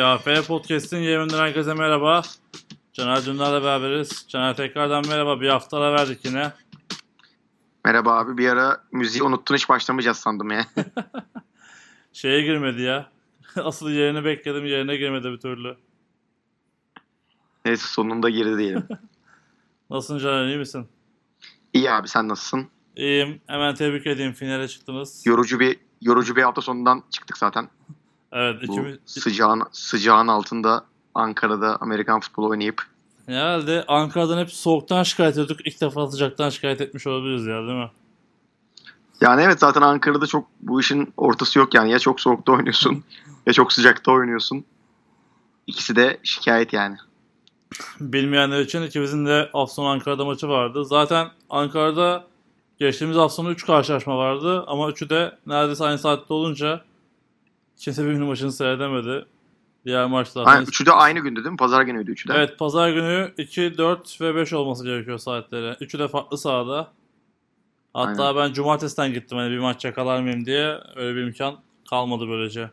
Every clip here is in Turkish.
TAF Podcast'in yayınından herkese merhaba. Caner Dündar'la beraberiz. Caner tekrardan merhaba. Bir hafta ara verdik yine. Merhaba abi. Bir ara müziği unuttun, hiç başlamayacağız sandım ya. Şeye girmedi ya. Asıl yerine bekledim. Yerine girmedi bir türlü. Neyse, sonunda girdi diyelim. Nasılsın Caner? İyi misin? İyi abi, sen nasılsın? İyiyim. Hemen tebrik edeyim. Finale çıktınız. Yorucu bir hafta sonundan çıktık zaten. Evet. Bu sıcağın altında Ankara'da Amerikan futbolu oynayıp. Herhalde Ankara'dan hep soğuktan şikayet ediyorduk. İlk defa sıcaktan şikayet etmiş olabiliriz ya, değil mi? Yani evet, zaten Ankara'da çok bu işin ortası yok yani. Ya çok soğukta oynuyorsun ya çok sıcakta oynuyorsun. İkisi de şikayet yani. Bilmeyenler için ikimizin de hafta sonu Ankara'da maçı vardı. Zaten Ankara'da geçtiğimiz hafta sonu 3 karşılaşma vardı. Ama 3'ü de neredeyse aynı saatte olunca kimse birbirinin maçını seyredemedi. Diğer maçlar zaten... Üçü de aynı gündü değil mi? Pazar günüydü üçü de. Evet, pazar günü 2, 4 ve 5 olması gerekiyor saatleri. Üçü de farklı sahada. Hatta Aynen. ben cumartesiden gittim hani bir maç yakalar mıyım diye. Öyle bir imkan kalmadı böylece.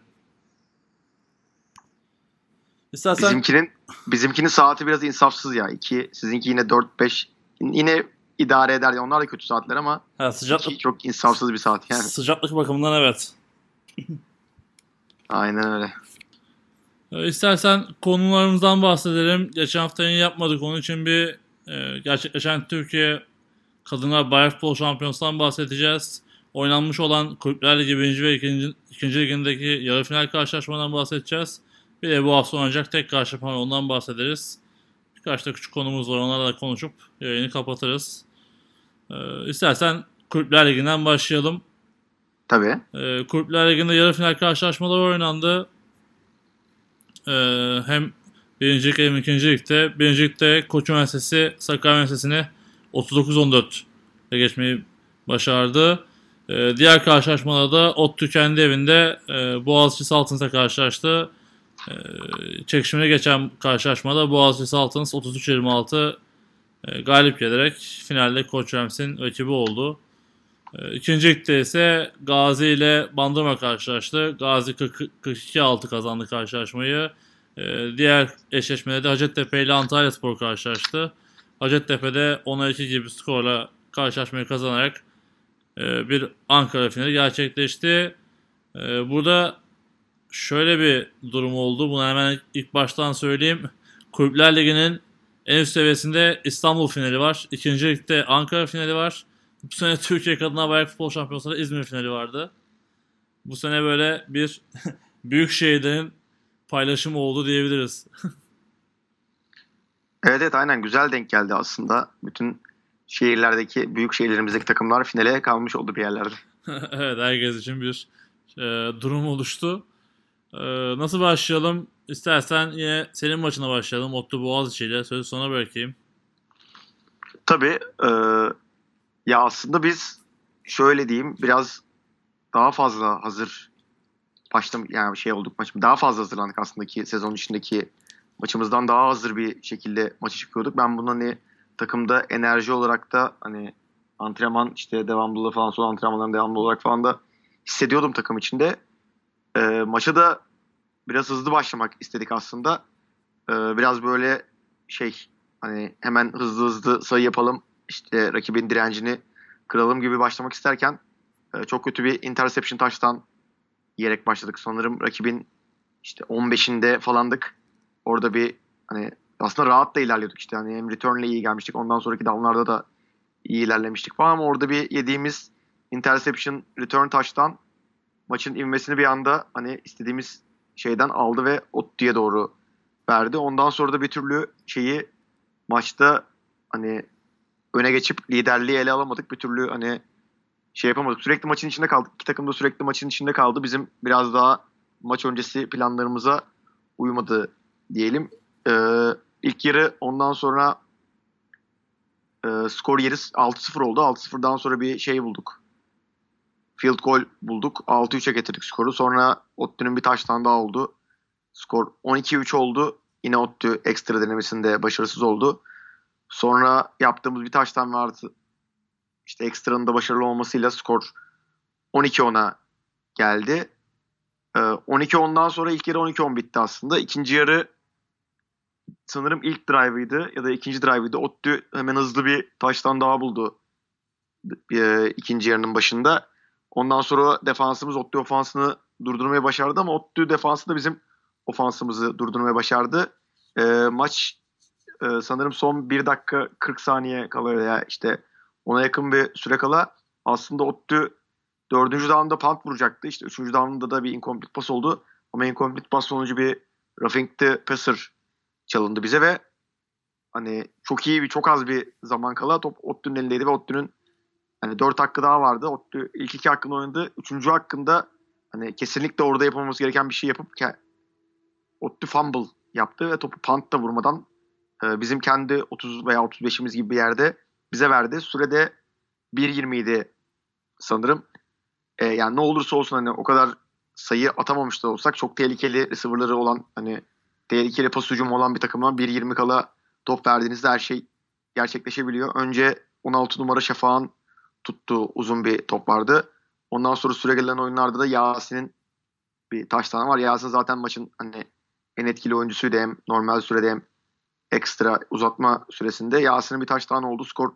İstersen... Bizimkinin saati biraz insafsız ya. Sizinki yine 4-5. Yine idare eder. Onlar da kötü saatler ama sıcaklık, çok insafsız bir saat yani. sıcaklık bakımından evet. Aynen öyle. İstersen konularımızdan bahsedelim. Geçen hafta yayın yapmadık. Onun için bir gerçekleşen Türkiye Kadınlar Bayan Futbol Şampiyonası'ndan bahsedeceğiz. Oynanmış olan Kulüpler Ligi 1. ve 2. ligindeki yarı final karşılaşmadan bahsedeceğiz. Bir de bu hafta oynanacak tek karşılaşma var, ondan bahsederiz. Birkaç da küçük konumuz var, onlarla da konuşup yayını kapatırız. İstersen Kulüpler Ligi'nden başlayalım. Tabii. Kulüpler Ligi'nde yarı final karşılaşmalar oynandı. Hem birincilik hem ikincilikte. Birincilikte Koç Üniversitesi Sakarya Üniversitesi'ni 39-14 ile geçmeyi başardı. Diğer karşılaşmalarda ODTÜ kendi evinde Boğaziçi Saltınız'la karşılaştı. Çekişmeye geçen karşılaşmada Boğaziçi Saltınız 33-26 galip gelerek finalde Koç Üniversitesi'nin rakibi oldu. İkincilikte ise Gazi ile Bandırma karşılaştı. Gazi 42-6 kazandı karşılaşmayı. Diğer eşleşmede de Hacettepe ile Antalyaspor karşılaştı. Hacettepe'de 10-2 gibi skorla karşılaşmayı kazanarak bir Ankara finali gerçekleşti. Burada şöyle bir durum oldu. Bunu hemen ilk baştan söyleyeyim. Kulüpler Ligi'nin en üst seviyesinde İstanbul finali var. İkincilikte Ankara finali var. Bu sene Türkiye Kadınlar Bayan Futbol Şampiyonası'nda İzmir finali vardı. Bu sene böyle bir büyük şehirlerin paylaşımı oldu diyebiliriz. Evet, aynen, güzel denk geldi aslında. Bütün büyük şehirlerimizdeki takımlar finale kalmış oldu bir yerlerde. Evet, herkes için bir durum oluştu. Nasıl başlayalım? İstersen yine senin maçına başlayalım. ODTÜ Boğaziçi ile sözü sona bırakayım. Tabii. Ya aslında biz şöyle diyeyim, biraz daha fazla hazır yani olduk maçım. Daha fazla hazırlandık aslında ki sezon içindeki maçımızdan daha hazır bir şekilde maça çıkıyorduk. Ben bunu hani takımda enerji olarak da hani antrenman devamlılığı falan, son antrenmanların devamlı olarak falan da hissediyordum takım içinde. Maça da biraz hızlı başlamak istedik aslında. Biraz böyle hani hemen hızlı sayı yapalım, rakibin direncini kıralım gibi başlamak isterken çok kötü bir interception taştan yiyerek başladık. Sanırım rakibin 15'inde falandık. Orada bir hani aslında rahat da ilerliyorduk hani hem return'le iyi gelmiştik. Ondan sonraki down'larda da iyi ilerlemiştik falan ama orada bir yediğimiz interception return taştan maçın ivmesini bir anda hani istediğimiz şeyden aldı ve ODTÜ'ye doğru verdi. Ondan sonra da bir türlü maçta hani öne geçip liderliği ele alamadık. Bir türlü hani yapamadık. Sürekli maçın içinde kaldık. İki takım da sürekli maçın içinde kaldı. Bizim biraz daha maç öncesi planlarımıza uymadı diyelim. İlk yarı ondan sonra skor yeri 6-0 oldu. 6-0'dan sonra bir bulduk. Field goal bulduk. 6-3'e getirdik skoru. Sonra ODTÜ'nün bir taştan daha oldu. Skor 12-3 oldu. Yine ODTÜ ekstra denemesinde başarısız oldu. Sonra yaptığımız bir taştan vardı. Ekstranın da başarılı olmasıyla skor 12-10'a geldi. 12-10'dan sonra ilk yarı 12-10 bitti aslında. İkinci yarı sanırım ilk drive'ıydı ya da ikinci drive'ıydı. ODTÜ hemen hızlı bir taştan daha buldu ikinci yarının başında. Ondan sonra defansımız ODTÜ ofansını durdurmayı başardı ama ODTÜ defansı da bizim ofansımızı durdurmayı başardı. Maç sanırım son 1 dakika 40 saniye kala ya işte ona yakın bir süre kala aslında ODTÜ 4. down'da punt vuracaktı. İşte 3. down'da da bir incomplete pass oldu. Ama incomplete pass sonucu bir roughing the passer çalındı bize ve hani çok az bir zaman kala top ODTÜ'nün elindeydi ve ODTÜ'nün hani 4 hakkı daha vardı. ODTÜ ilk 2 hakkını oynadı. 3. hakkında hani kesinlikle orada yapılması gereken bir şey yapıp ODTÜ fumble yaptı ve topu punt da vurmadan bizim kendi 30 veya 35'imiz gibi bir yerde bize verdi. Sürede 1.20 idi sanırım. Yani ne olursa olsun hani o kadar sayı atamamış da olsak çok tehlikeli receiver'ları olan hani tehlikeli pas hücumu olan bir takıma 1.20 kala top verdiğinizde her şey gerçekleşebiliyor. Önce 16 numara Şafak'ın tuttuğu uzun bir top vardı. Ondan sonra süre gelen oyunlarda da Yasin'in bir touchdown'ı var. Yasin zaten maçın hani en etkili oyuncusuydu hem normal sürede hem ekstra uzatma süresinde. Yasin'in bir touchdown oldu. Skor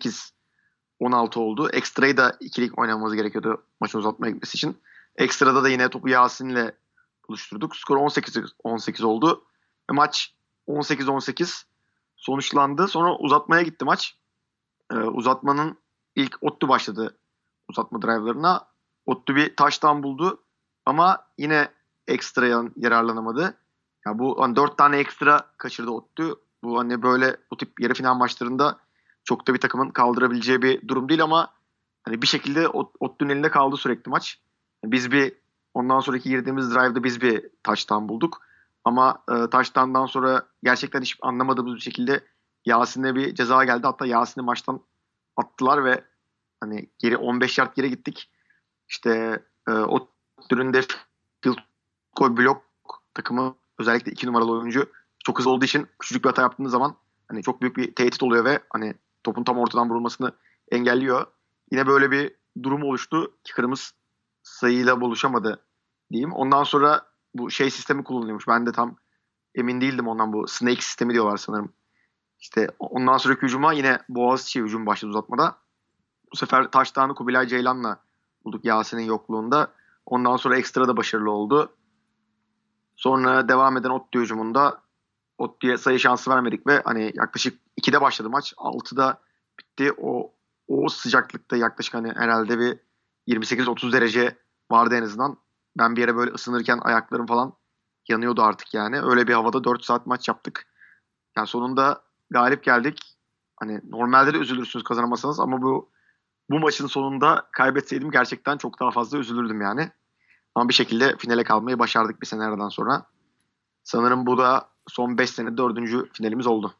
18-16 oldu. Ekstrayı da ikilik oynamamız gerekiyordu maçın uzatmaya gitmesi için. Ekstrada da yine topu Yasin'le buluşturduk. Skor 18-18 oldu. Ve maç 18-18 sonuçlandı. Sonra uzatmaya gitti maç. Uzatmanın ilk ODTÜ başladı uzatma drive'larına. ODTÜ bir touchdown buldu ama yine ekstraya yararlanamadı. Ya bu hani 4 tane ekstra kaçırdı ODTÜ. Bu hani böyle bu tip yarı final maçlarında çok da bir takımın kaldırabileceği bir durum değil ama hani bir şekilde ODTÜ'nün elinde kaldı sürekli maç. Biz ondan sonraki girdiğimiz drive'da biz bir touchdown bulduk. Ama touchdown'dan sonra gerçekten hiç anlamadığımız bir şekilde Yasin'e bir ceza geldi. Hatta Yasin'i maçtan attılar ve hani geri 15 yard geri gittik. İşte ODTÜ'nün de field goal blok takımı özellikle 2 numaralı oyuncu çok hızlı olduğu için küçücük bir hata yaptığınız zaman hani çok büyük bir tehdit oluyor ve hani topun tam ortadan vurulmasını engelliyor. Yine böyle bir durum oluştu. Kicker'ımız sayıyla buluşamadı diyeyim. Ondan sonra bu sistemi kullanılıyormuş. Ben de tam emin değildim ondan, bu snake sistemi diyorlar sanırım. İşte ondan sonraki hücuma yine Boğaziçi hücum başladı uzatmada. Bu sefer touchdown'ı Kubilay Ceylan'la bulduk Yasin'in yokluğunda. Ondan sonra ekstra da başarılı oldu. Sonra devam eden ODTÜ hücumunda ODTÜ'ye sayı şansı vermedik ve hani yaklaşık 2'de başladı maç. 6'da bitti. O sıcaklıkta yaklaşık hani herhalde bir 28-30 derece vardı en azından. Ben bir yere böyle ısınırken ayaklarım falan yanıyordu artık yani. Öyle bir havada 4 saat maç yaptık. Yani sonunda galip geldik. Hani normalde de üzülürsünüz kazanamasanız ama bu maçın sonunda kaybetseydim gerçekten çok daha fazla üzülürdüm yani. Ama bir şekilde finale kalmayı başardık bir sene aradan sonra. Sanırım bu da son 5 senede 4. finalimiz oldu.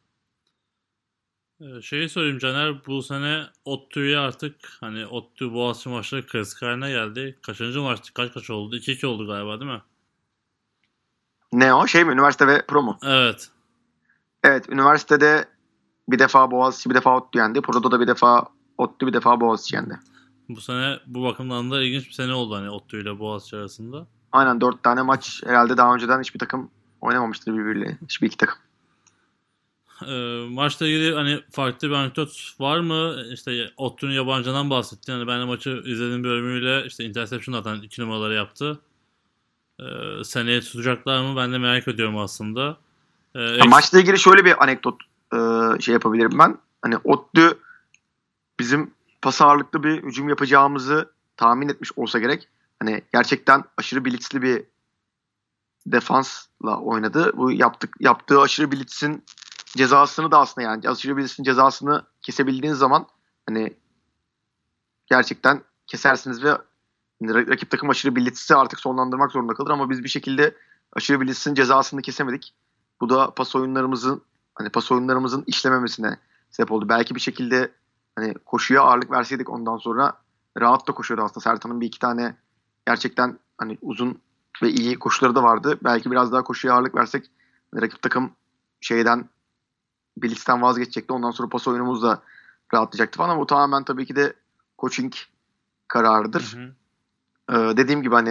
Şeyi sorayım Caner, bu sene ODTÜ'ye artık hani ODTÜ Boğaziçi maçları klasik haline geldi. Kaçıncı maçtı? Kaç oldu? 2-2 oldu galiba değil mi? Ne o? Şey mi? Üniversite ve pro mu? Evet. Evet. Üniversitede bir defa Boğaziçi bir defa ODTÜ yendi. Pro'da da bir defa ODTÜ bir defa Boğaziçi yendi. Bu sene bu bakımdan da ilginç bir sene oldu hani ODTÜ ile Boğaziçi arasında. Aynen 4 tane maç herhalde daha önceden hiçbir takım oynamamıştır birbiriyle. Hiçbir iki takım. Maçla ilgili hani farklı bir anekdot var mı? İşte ODTÜ'nün yabancıdan bahsettin. Yani ben de maçı izlediğim bölümüyle işte interception atan 2 numaraları yaptı. Seneye tutacaklar mı? Ben de merak ediyorum aslında. Maçla ilgili şöyle bir anekdot şey yapabilirim ben. Hani ODTÜ bizim pas ağırlıklı bir hücum yapacağımızı tahmin etmiş olsa gerek. Hani gerçekten aşırı blitzli bir defansla oynadı. Bu yaptığı aşırı blitzin cezasını da aslında yani aşırı blitzin cezasını kesebildiğiniz zaman hani gerçekten kesersiniz ve rakip takım aşırı blitzi artık sonlandırmak zorunda kalır ama biz bir şekilde aşırı blitzin cezasını kesemedik. Bu da pas oyunlarımızın işlememesine sebep oldu. Belki bir şekilde hani koşuya ağırlık verseydik ondan sonra rahat da koşuyordu aslında. Sertan'ın bir iki tane gerçekten hani uzun ve iyi koşuları da vardı. Belki biraz daha koşuya ağırlık versek rakip takım blitzten vazgeçecekti. Ondan sonra pas oyunumuz da rahatlayacaktı falan ama bu tamamen tabii ki de coaching kararıdır. Hı hı. Dediğim gibi hani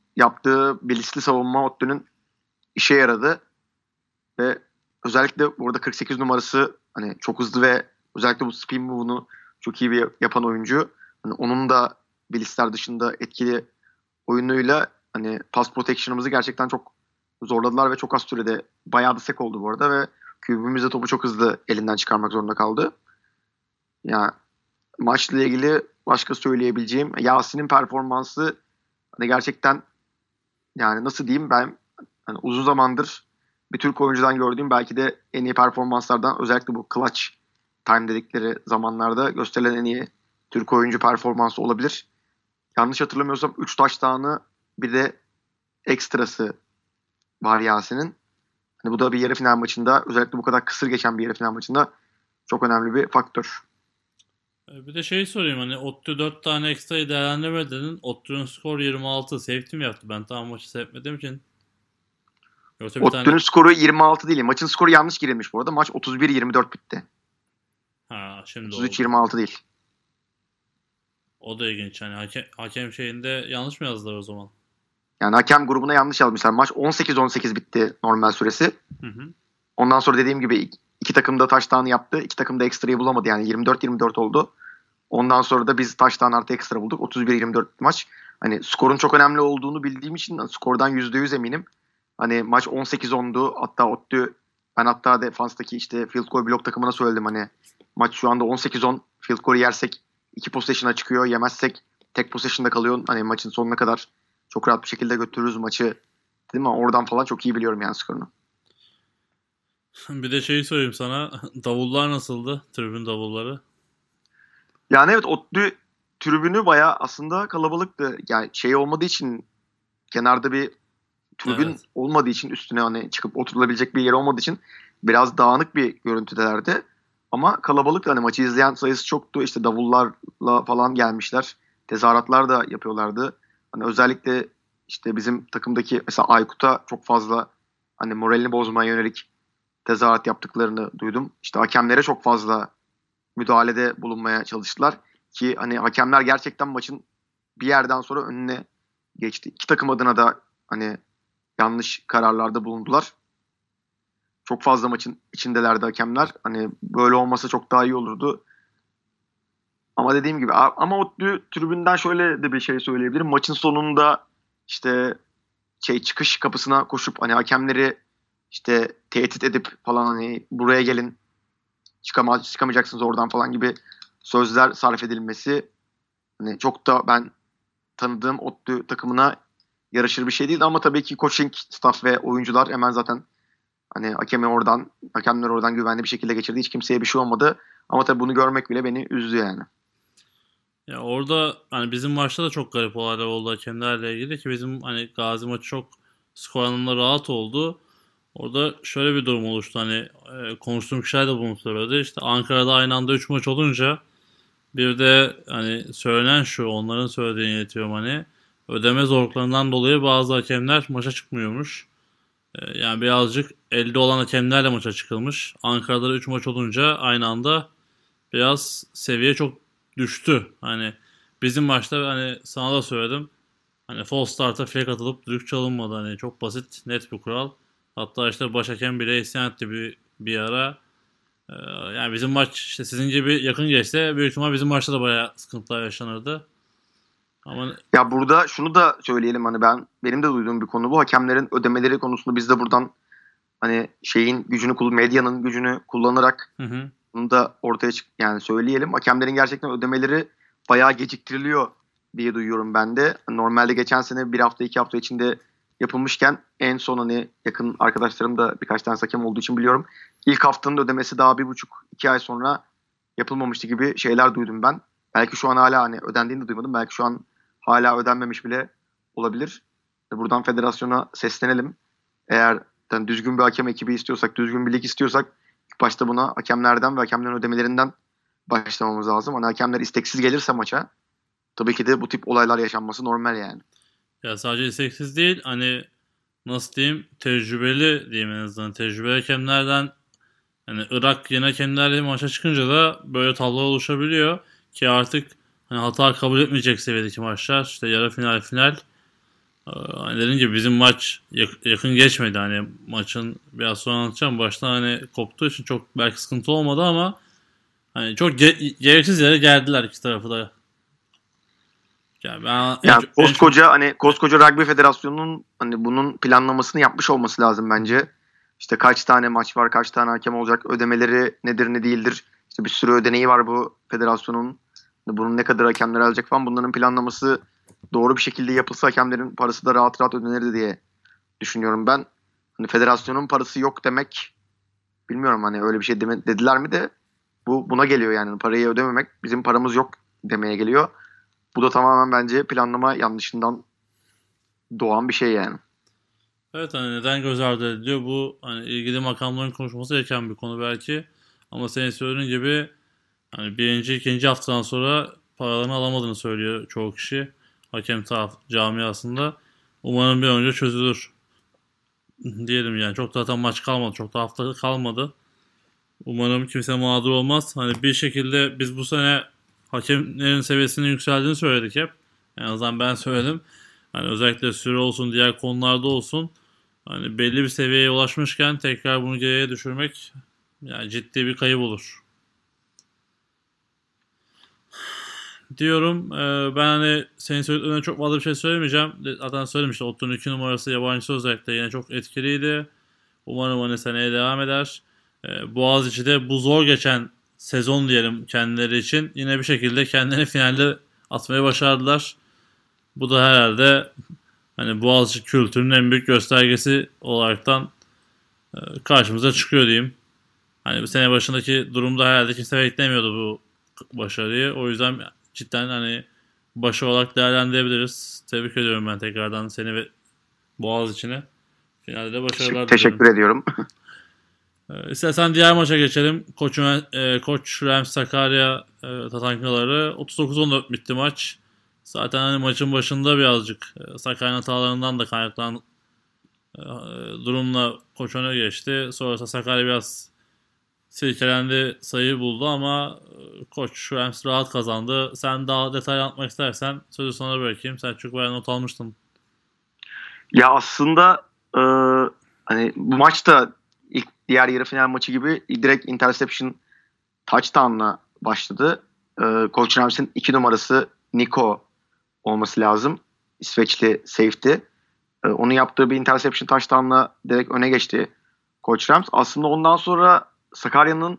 yaptığı bilinçli savunma ODTÜ'nün işe yaradı ve özellikle burada 48 numarası hani çok hızlı ve özellikle bu spin move'unu çok iyi bir yapan oyuncu. Hani onun da bilinçler dışında etkili oyunuyla hani pass protection'ımızı gerçekten çok zorladılar ve çok az sürede bayağı da sek oldu bu arada ve QB'miz de topu çok hızlı elinden çıkarmak zorunda kaldı. Yani maçla ilgili başka söyleyebileceğim Yasin'in performansı hani gerçekten yani nasıl diyeyim ben hani uzun zamandır bir Türk oyuncudan gördüğüm belki de en iyi performanslardan özellikle bu clutch time dedikleri zamanlarda gösterilen en iyi Türk oyuncu performansı olabilir. Yanlış hatırlamıyorsam 3 touchdown'ı bir de ekstrası var Yasin'in. Hani bu da bir yarı final maçında özellikle bu kadar kısır geçen bir yarı final maçında çok önemli bir faktör. Bir de şey sorayım hani ODTÜ 4 tane ekstrayı değerlendirmedin. ODTÜ'nün skor 26. Safety mi yaptı? Ben tam maçı seyretmediğim için. Yoksa bir ODTÜ'nün tane... skoru 26 değil. Maçın skoru yanlış girilmiş bu arada. Maç 31-24 bitti. Ha şimdi oldu. 33-26 değil. O da ilginç. Hani hakem şeyinde yanlış mı yazdılar o zaman? Yani hakem grubuna yanlış yazmışlar. Maç 18-18 bitti normal süresi. Hı hı. Ondan sonra dediğim gibi iki takım da touchdown yaptı. İki takım da ekstrayı bulamadı. Yani 24-24 oldu. Ondan sonra da biz touchdown artı ekstra bulduk. 31-24 maç. Hani skorun çok önemli olduğunu bildiğim için skordan %100 eminim. Hani maç 18-10'du. Hatta ODTÜ ben hatta defanstaki işte field goal blok takımına söyledim hani maç şu anda 18-10 field goal yersek 2 possession'a çıkıyor. Yemezsek tek possession'da kalıyor. Hani maçın sonuna kadar çok rahat bir şekilde götürürüz maçı. Değil mi? Oradan falan çok iyi biliyorum yani skorunu. Bir de şeyi söyleyeyim sana. Davullar nasıldı? Tribün davulları. Yani evet ODTÜ tribünü bayağı aslında kalabalıktı. Yani şey olmadığı için kenarda bir tribün Evet. olmadığı için üstüne hani çıkıp oturulabilecek bir yer olmadığı için biraz dağınık bir görüntüdelerdi. Ama kalabalık hani maçı izleyen sayısı çoktu. İşte davullarla falan gelmişler. Tezahüratlar da yapıyorlardı. Hani özellikle işte bizim takımdaki mesela Aykut'a çok fazla hani moralini bozmaya yönelik tezahürat yaptıklarını duydum. İşte hakemlere çok fazla müdahalede bulunmaya çalıştılar. Ki hani hakemler gerçekten maçın bir yerden sonra önüne geçti. İki takım adına da hani yanlış kararlarda bulundular. Çok fazla maçın içindelerdi hakemler. Hani böyle olmasa çok daha iyi olurdu. Ama dediğim gibi ama o tribünden şöyle de bir şey söyleyebilirim. Maçın sonunda işte çıkış kapısına koşup hani hakemleri işte tehdit edip falan hani buraya gelin çıkamayacaksınız oradan falan gibi sözler sarf edilmesi hani çok da ben tanıdığım ODTÜ takımına yaraşır bir şey değil ama tabii ki coaching staff ve oyuncular hemen zaten hani hakemler oradan güvenli bir şekilde geçirdi. Hiç kimseye bir şey olmadı. Ama tabii bunu görmek bile beni üzdü yani. Ya orada hani bizim maçta da çok garip olaylar oldu hakemlerle ilgili ki bizim hani Gazi maçı çok skor anlamında rahat oldu. Orada şöyle bir durum oluştu hani konuştuğum kişiler de bunu söyledi. İşte Ankara'da aynı anda 3 maç olunca bir de hani söylenen şu onların söylediğini iletiyorum hani ödeme zorluklarından dolayı bazı hakemler maça çıkmıyormuş. Yani birazcık elde olan hakemlerle maça çıkılmış. Ankara'da 3 maç olunca aynı anda biraz seviye çok düştü. Hani bizim maçta hani sana da söyledim. Hani false start'a fake atılıp düdük çalınmadı. Hani çok basit, net bir kural. Hatta işte baş hakem bile isyan etti bir ara. Ee, Yani bizim maç işte sizin gibi yakın geçse büyük ihtimal bizim maçta da bayağı sıkıntılar yaşanırdı. Ama Ya burada şunu da söyleyelim hani benim de duyduğum bir konu bu. Hakemlerin ödemeleri konusunda biz de buradan hani medyanın gücünü kullanarak hı hı. bunu da ortaya yani söyleyelim. Hakemlerin gerçekten ödemeleri bayağı geciktiriliyor diye duyuyorum ben de. Normalde geçen sene bir hafta 2 hafta içinde yapılmışken en son hani yakın arkadaşlarım da birkaç tane hakem olduğu için biliyorum. İlk haftanın ödemesi daha 1,5-2 ay sonra yapılmamıştı gibi şeyler duydum ben. Belki şu an hala hani ödendiğini de duymadım. Belki şu an hala ödenmemiş bile olabilir. Buradan federasyona seslenelim. Eğer yani düzgün bir hakem ekibi istiyorsak, düzgün bir lig istiyorsak ilk başta buna hakemlerden ve hakemlerin ödemelerinden başlamamız lazım. Hani hakemler isteksiz gelirse maça tabii ki de bu tip olaylar yaşanması normal yani. Ya sadece isteksiz değil hani nasıl diyeyim tecrübeli diyeyim en azından. Tecrübeli hakemlerden hani Irak yeni hakemlerle maça çıkınca da böyle tablo oluşabiliyor ki artık hani hata kabul etmeyecek seviyedeki maçlar işte yarı final final Hani dediğim gibi bizim maç yakın geçmedi. Hani maçın biraz sonra anlatacağım. Baştan hani koptuğu için çok belki sıkıntı olmadı ama hani çok gereksiz yere geldiler iki tarafı da. Yani ben Yani koskoca Rugby Federasyonu'nun hani bunun planlamasını yapmış olması lazım bence. İşte kaç tane maç var, kaç tane hakem olacak, ödemeleri nedir ne değildir. İşte bir sürü ödeneği var bu federasyonun. Bunun ne kadar hakemler alacak falan, bunların planlaması doğru bir şekilde yapılsa hakemlerin parası da rahat rahat ödenirdi diye düşünüyorum ben. Hani federasyonun parası yok demek, bilmiyorum hani öyle bir şey dediler mi de buna geliyor yani, parayı ödememek bizim paramız yok demeye geliyor. Bu da tamamen bence planlama yanlışından doğan bir şey yani. evet, hani neden göz ardı ediliyor? Bu hani ilgili makamların konuşması gereken bir konu belki. Ama senin söylediğin gibi hani birinci, ikinci haftadan sonra paralarını alamadığını söylüyor çoğu kişi. Hakem camiasında. Umarım bir an önce çözülür diyelim yani. Çok zaten maç kalmadı. Çok da hafta kalmadı. Umarım kimse mağdur olmaz. Hani bir şekilde biz bu sene hakemlerin seviyesinin yükseldiğini söyledik hep. En azından ben söyledim. Hani özellikle süre olsun, diğer konularda olsun. Hani belli bir seviyeye ulaşmışken tekrar bunu geriye düşürmek yani ciddi bir kayıp olur diyorum. Ben hani senin söylediklerine çok fazla bir şey söylemeyeceğim. Zaten söylemiştim. Otto'nun 2 numarası yabancısı özellikle yine çok etkiliydi. Umarım hani seneye devam eder. Boğaziçi'de bu zor geçen sezon diyelim kendileri için yine bir şekilde kendilerini finalde atmayı başardılar. Bu da herhalde hani Boğaziçi kültürünün en büyük göstergesi olaraktan karşımıza çıkıyor diyeyim. Hani bu sene başındaki durumda herhalde kimse beklemiyordu bu başarıyı. O yüzden cidden hani başarı olarak değerlendirebiliriz. Tebrik ediyorum ben tekrardan seni ve Boğaziçi'ne. Finalde de başarılar diliyorum. Teşekkür ediyorum. İstersen diğer maça geçelim. Koç Rams Sakarya Tatankaları 39-14 bitti maç. Zaten hani maçın başında birazcık Sakarya'nın hatalarından da kaynaklanan durumla Koç öne geçti. Sonrasında Sakarya biraz silkelendi, sayı buldu ama Koç Rams rahat kazandı. Sen daha detaylı anlatmak istersen sözü sana bırakayım. Sen çünkü bayağı not almıştın. Ya aslında hani bu maçta ilk diğer yarı final maçı gibi direkt interception touchdown'la başladı. Coach Rams'in 2 numarası Nico olması lazım. İsveçli safety. Onun yaptığı bir interception touchdown'la direkt öne geçti Coach Rams. Aslında ondan sonra Sakarya'nın,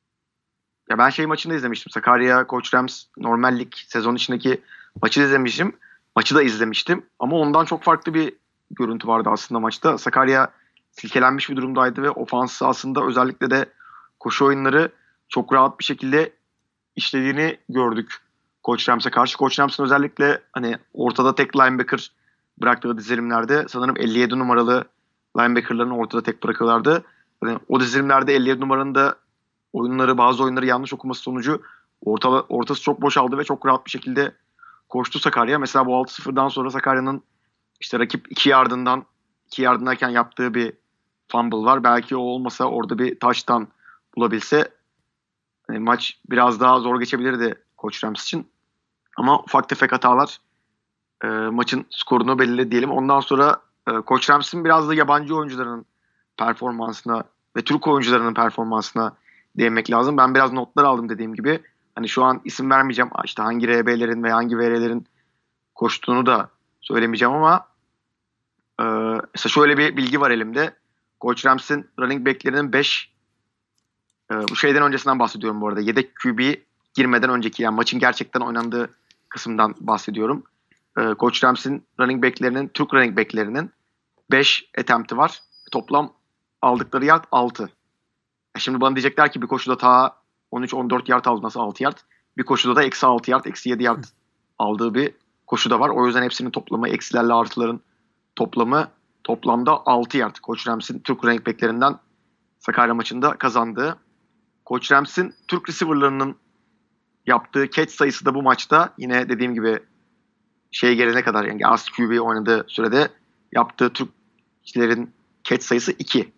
ya ben maçını da izlemiştim. Sakarya Coach Rams normal lig sezon içindeki maçı da izlemiştim. Maçı da izlemiştim. Ama ondan çok farklı bir görüntü vardı aslında maçta. Sakarya silkelenmiş bir durumdaydı ve ofansı aslında özellikle de koşu oyunları çok rahat bir şekilde işlediğini gördük Coach Rams'e karşı. Coach Rams'ın özellikle hani ortada tek linebacker bıraktığı dizilimlerde sanırım 57 numaralı linebacker'ların ortada tek bırakıyorlardı. Yani o dizilimlerde 57 numaranın da bazı oyunları yanlış okuması sonucu ortası çok boşaldı ve çok rahat bir şekilde koştu Sakarya. Mesela bu 6-0'dan sonra Sakarya'nın işte rakip 2 yardındayken yaptığı bir fumble var. Belki o olmasa, orada bir touchdown bulabilse hani maç biraz daha zor geçebilirdi Coach Rams için. Ama ufak tefek hatalar maçın skorunu belirledi diyelim. Ondan sonra Coach Rams'in biraz da yabancı oyuncuların performansına ve Türk oyuncularının performansına değinmek lazım. Ben biraz notlar aldım dediğim gibi. Hani şu an isim vermeyeceğim. İşte hangi RB'lerin ve hangi VR'lerin koştuğunu da söylemeyeceğim ama mesela şöyle bir bilgi var elimde. Coach Rams'in running back'lerinin 5 bu şeyden öncesinden bahsediyorum bu arada. Yedek QB girmeden önceki, yani maçın gerçekten oynandığı kısımdan bahsediyorum. Coach Rams'in Türk running back'lerinin 5 attempt'i var. Toplam aldıkları yard 6. Şimdi bana diyecekler ki bir koşuda ta 13-14 yard aldı, nasıl 6 yard? Bir koşuda da eksi 6 yard, eksi 7 yard aldığı bir koşu da var. O yüzden hepsinin toplamı, eksilerle artıların toplamda 6 yard. Coach Rams'in Türk running back'lerinden Sakarya maçında kazandığı. Coach Rams'in Türk receiver'larının yaptığı catch sayısı da bu maçta yine dediğim gibi gelene kadar, yani az QB oynadığı sürede yaptığı Türklerin catch sayısı 2.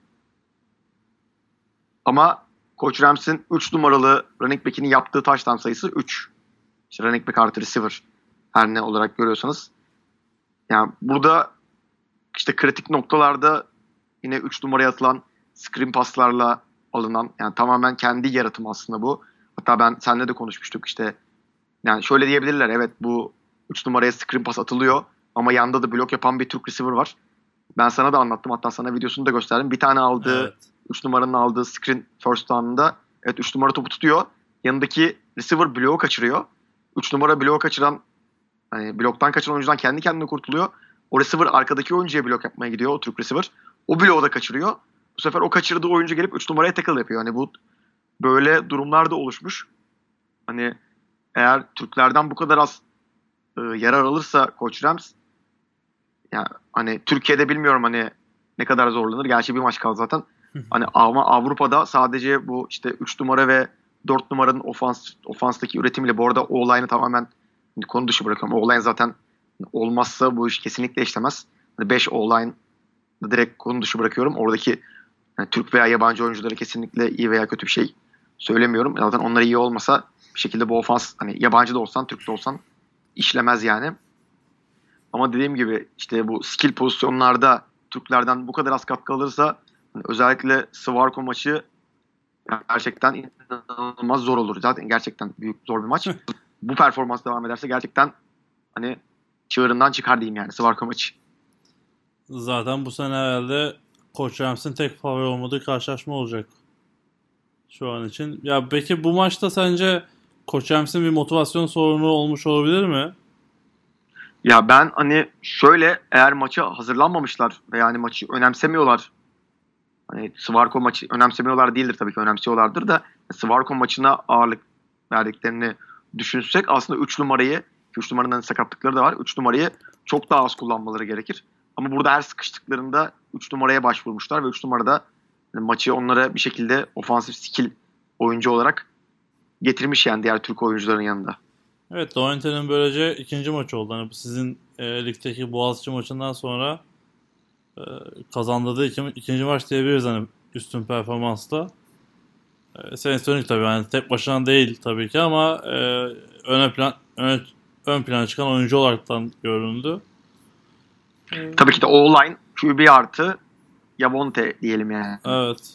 Ama Coach Rams'in 3 numaralı running back'inin yaptığı touchdown sayısı 3. İşte running back artı receiver her ne olarak görüyorsanız. Yani burada işte kritik noktalarda yine 3 numaraya atılan screen paslarla alınan, yani tamamen kendi yaratım aslında bu. Hatta ben seninle de konuşmuştuk işte, yani şöyle diyebilirler, evet bu 3 numaraya screen pass atılıyor ama yanında da blok yapan bir Türk receiver var. Ben sana da anlattım, hatta sana videosunu da gösterdim. Bir tane aldığı, Evet. 3 numaranın aldığı screen first down'ında, evet 3 numara topu tutuyor. Yanındaki receiver bloğu kaçırıyor. 3 numara bloğu kaçıran, hani bloktan kaçıran oyuncudan kendi kendine kurtuluyor. O receiver arkadaki oyuncuya blok yapmaya gidiyor, o Türk receiver. O bloğu da kaçırıyor. Bu sefer o kaçırdığı oyuncu gelip 3 numaraya tackle yapıyor. Hani bu böyle durumlar da oluşmuş. Hani eğer Türklerden bu kadar az yarar alırsa Koç Rams, yani hani Türkiye'de bilmiyorum hani ne kadar zorlanır. Gerçi bir maç kaldı zaten. Hani ama Avrupa'da sadece bu işte 3 numara ve 4 numaranın ofanstaki üretimiyle, bu arada O-line'ı tamamen konu dışı bırakıyorum. O-line zaten olmazsa bu iş kesinlikle işlemez. Hani 5 O-line direkt konu dışı bırakıyorum. Oradaki yani Türk veya yabancı oyunculara kesinlikle iyi veya kötü bir şey söylemiyorum. Zaten onlar iyi olmasa bir şekilde bu ofans, hani yabancı da olsan Türk de olsan işlemez yani. Ama dediğim gibi işte bu skill pozisyonlarda Türklerden bu kadar az katkı alırsa, hani özellikle Svarko maçı gerçekten inanılmaz zor olur. Zaten gerçekten büyük zor bir maç. Bu performans devam ederse gerçekten hani çığırından çıkar diyeyim yani Svarko maçı. Zaten bu sene herhalde Koç Rams'in tek favori olmadığı karşılaşma olacak şu an için. Ya peki bu maçta sence Koç Rams'in bir motivasyon sorunu olmuş olabilir mi? Ya ben hani şöyle, eğer maça hazırlanmamışlar ve yani maçı önemsemiyorlar. Hani Svarko maçı önemsemiyorlar değildir, tabii ki önemsiyorlardır da Svarko maçına ağırlık verdiklerini düşünsek aslında 3 numarayı, 3 numaranın sakatlıkları da var. 3 numarayı çok daha az kullanmaları gerekir. Ama burada her sıkıştıklarında 3 numaraya başvurmuşlar ve 3 numarada yani maçı onlara bir şekilde ofansif skill oyuncu olarak getirmiş yani diğer Türk oyuncuların yanında. Evet, Doente'nin böylece ikinci maçı oldu. Hani bu sizin ligdeki Boğaziçi maçından sonra e, kazandığı ikinci maç diyebiliriz hani üstün performansla. Sensonik tabii yani tek başına değil tabii ki ama ön plana çıkan oyuncu olaraktan göründü. Tabii ki de O-line, QB artı Yabonte diyelim yani. Evet.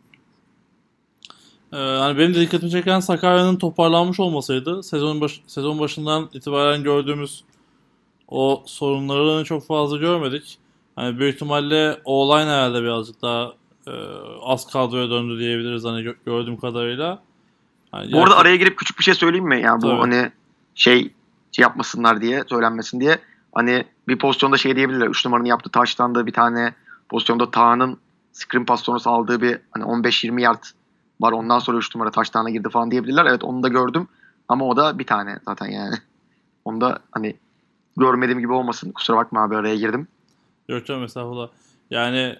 Hani benim de dikkatimi çeken Sakarya'nın toparlanmış olmasıydı. Sezon başından itibaren gördüğümüz o sorunları çok fazla görmedik. Hani büyük ihtimalle O-line herhalde birazcık daha e, az kadroya döndü diyebiliriz hani gördüğüm kadarıyla. Hani Bu arada araya girip küçük bir şey söyleyeyim mi? Yani bu tabii. hani şey yapmasınlar diye, söylenmesin diye. Hani bir pozisyonda şey diyebilirler. 3 numaranın yaptığı taştan bir tane pozisyonda Taha'nın screen pass sonrası aldığı bir hani 15-20 yard var. Ondan sonra 3 numara taştana girdi falan diyebilirler. Evet, onu da gördüm. Ama o da bir tane zaten yani. Onu da hani görmediğim gibi olmasın. Kusura bakma abi, araya girdim. Yok canım, estağfurullah. Yani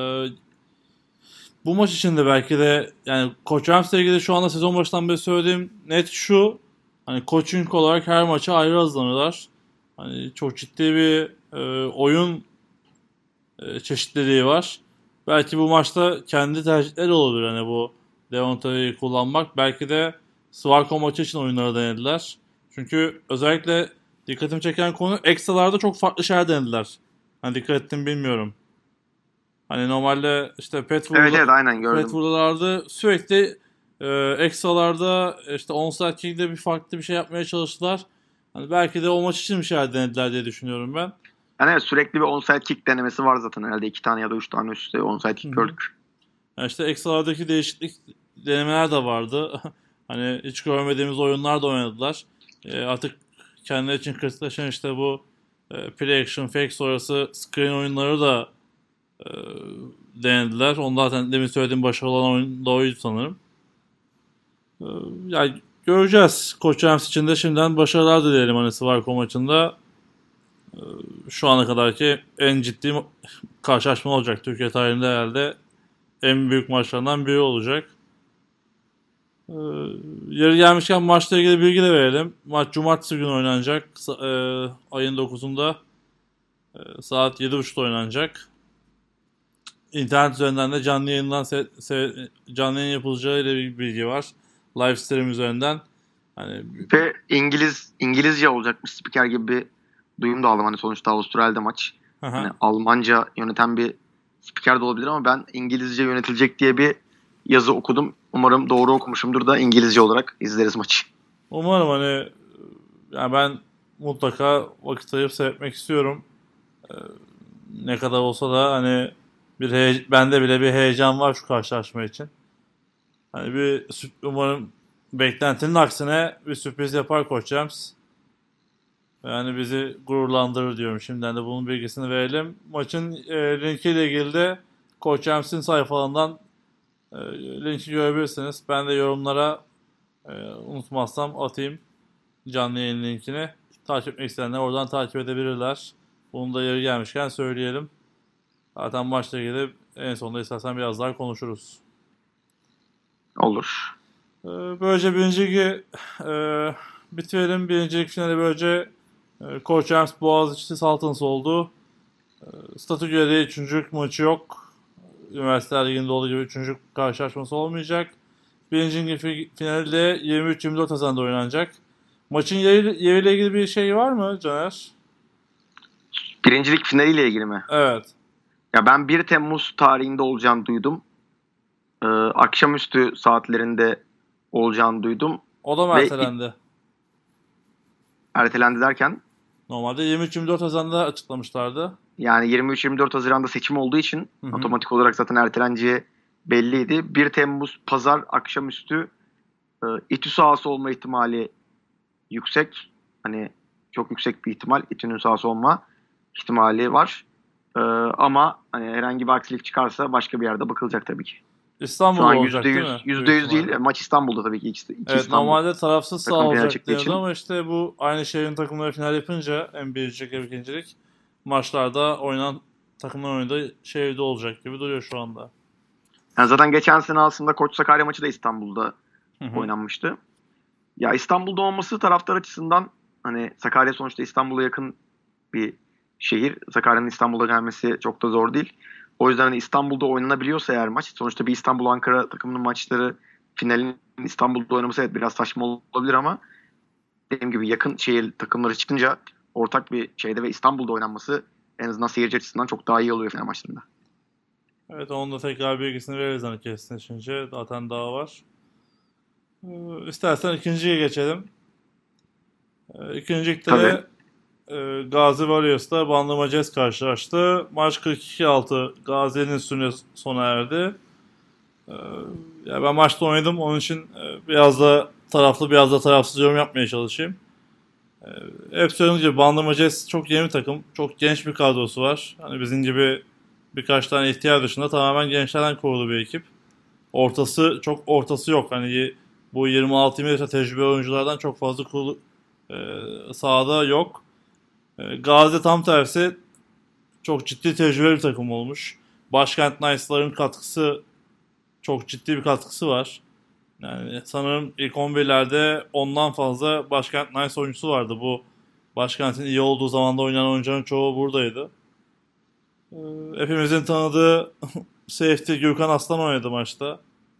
bu maç için de belki de yani Koç Rams'le ilgili şu anda sezon başından beri söylediğim net şu. Hani coaching olarak her maça ayrı hazırlanırlar. Hani çok ciddi bir oyun çeşitliliği var. Belki bu maçta kendi tercihleri olabilir. Hani bu Deontay'ı kullanmak. Belki de Svarko maçı için oyunları denediler. Çünkü özellikle dikkatimi çeken konu ekstralarda çok farklı şeyler denediler. Hani dikkat ettim bilmiyorum. Hani normalde işte Evet evet, aynen gördüm. Petwur'larda sürekli ekstralarda işte onside kick'de bir farklı bir şey yapmaya çalıştılar. Hani belki de o maç için bir şeyler denediler diye düşünüyorum ben. Yani evet, sürekli bir onside kick denemesi var zaten herhalde. 2 tane ya da 3 tane üst üste onside Hı kick hı. gördük. Yani işte ekstralardaki değişiklik denemeler de vardı. Hani hiç görmediğimiz oyunlar da oynadılar. Artık kendileri için kritikleşen işte bu play action, fake sonrası screen oyunları da e, denediler. Onu zaten demin söylediğim başarılı olan oyun da oydu sanırım. E, Yani göreceğiz. Koç Rams için de şimdiden başarılar dileyelim hani Svarko maçında. E, Şu ana kadarki en ciddi karşılaşma olacak. Türkiye tarihinde herhalde en büyük maçlarından biri olacak. Ee, Yeri gelmişken maçla ilgili bilgi de verelim. Maç cumartesi günü oynanacak. Ayın 9'unda saat 7.30'da oynanacak. İnternet üzerinden de canlı yayın yapılacağı ile bir bilgi var. Live stream üzerinden. Hani Ve İngilizce olacakmış spiker gibi bir duyum da aldım. Hani sonuçta Avustralya'da maç. Hani Almanca yöneten bir spiker de olabilir ama ben İngilizce yönetilecek diye bir yazı okudum. Umarım doğru okumuşumdur da İngilizce olarak izleriz maçı. Umarım hani yani ben mutlaka vakit ayırıp seyretmek istiyorum. Ee, Ne kadar olsa da hani bende bile bir heyecan var şu karşılaşma için. Hani umarım beklentinin aksine bir sürpriz yapar Koç James. Yani bizi gururlandırır diyorum. Şimdiden de bunun bilgisini verelim. Maçın linkiyle ilgili de Koç James'in sayfalarından linki görebilirsiniz. Ben de yorumlara unutmazsam atayım canlı yayın linkini. Takip etmek isteyenler oradan takip edebilirler. Bunu da yeri gelmişken söyleyelim. Zaten maçla ilgili en sonunda istersen biraz daha konuşuruz. Olur. Böylece birinci ligi bitirelim. Birincilik finali böylece Koç James Boğaziçi Saltans oldu. Statü gereği üçüncülük maçı yok. Üniversiteler Ligi'nde olduğu gibi üçüncülük karşılaşması olmayacak. Birinci ligi finali de 23-24 Haziran'da oynanacak. Maçın yeriyle ilgili bir şey var mı Caner? Birincilik finaliyle ilgili mi? Evet. Ya ben 1 Temmuz tarihinde olacağını duydum. Akşamüstü saatlerinde olacağını duydum. O da mı ertelendi? Ertelendi derken? Normalde 23-24 Haziran'da açıklamışlardı. Yani 23-24 Haziran'da seçim olduğu için otomatik olarak zaten erteleneceği belliydi. 1 Temmuz pazar akşamüstü İTÜ sahası olma ihtimali yüksek. Hani çok yüksek bir ihtimal. İTÜ'nün sahası olma ihtimali var. Ama hani herhangi bir aksilik çıkarsa başka bir yerde bakılacak tabii ki. İstanbul'da olacak değil mi? %100 değil. Maç İstanbul'da tabii ki. Evet, İstanbul. normalde tarafsız saha olacak diyordu için. ama işte bu aynı şehrin takımları final yapınca hem birincilik hem ikincilik maçlarda oynanan takımlar oynadığı şehirde olacak gibi duruyor şu anda. Yani zaten geçen sene aslında Koç Sakarya maçı da İstanbul'da oynanmıştı. Ya İstanbul'da olması taraftar açısından hani Sakarya sonuçta İstanbul'a yakın bir şehir. Sakarya'nın İstanbul'a gelmesi çok da zor değil. O yüzden hani İstanbul'da oynanabiliyorsa eğer maç, sonuçta bir İstanbul-Ankara takımının maçları finalin İstanbul'da oynaması evet biraz saçma olabilir ama dediğim gibi yakın şehir takımları çıkınca ortak bir şeyde ve İstanbul'da oynanması en azından seyirci açısından çok daha iyi oluyor final maçlarında. Evet, onun da tekrar bilgisini veririz hani kesinleşince. Zaten daha var. İstersen ikinciye geçelim. İkincilikte Gazi Warriors'la Bandırma Jazz karşılaştı. Maç 42-6 Gazi'nin sürüne sona erdi. Ya ben maçta oynadım. Onun için biraz da taraflı biraz da tarafsız yorum yapmaya çalışayım. Hep söylediğim gibi Bandırma Jazz çok yeni bir takım. Çok genç bir kadrosu var. Hani bizim gibi birkaç tane ihtiyar dışında tamamen gençlerden kurulu bir ekip. Çok ortası yok. Hani bu 26-27 yaşında tecrübeli oyunculardan çok fazla kurulu sahada yok. Gazi tam tersi çok ciddi tecrübeli bir takım olmuş. Başkent Knights'ların çok ciddi bir katkısı var. Yani sanırım ilk 11'lerde ondan fazla Başkent Knights oyuncusu vardı. Bu Başkent'in iyi olduğu zamanda oynayan oyuncuların çoğu buradaydı. Hepimizin tanıdığı safety Gürkan Aslan oynadı maçta.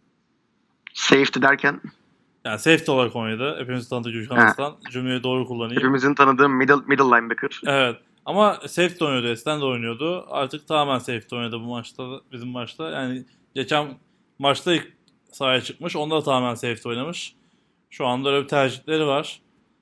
Safety derken? Yani safety olarak oynadı. Hepimizin tanıdığı Gürkan Aslan. Cümleyi doğru kullanayım. Hepimizin tanıdığı middle linebacker. Evet. Ama safety oynuyordu. Eskiden de oynuyordu. Artık tamamen safety oynadı bu maçta. Bizim maçta. Yani geçen maçta ilk sahaya çıkmış. Onda da tamamen safety oynamış. Şu anda öyle bir tercihleri var.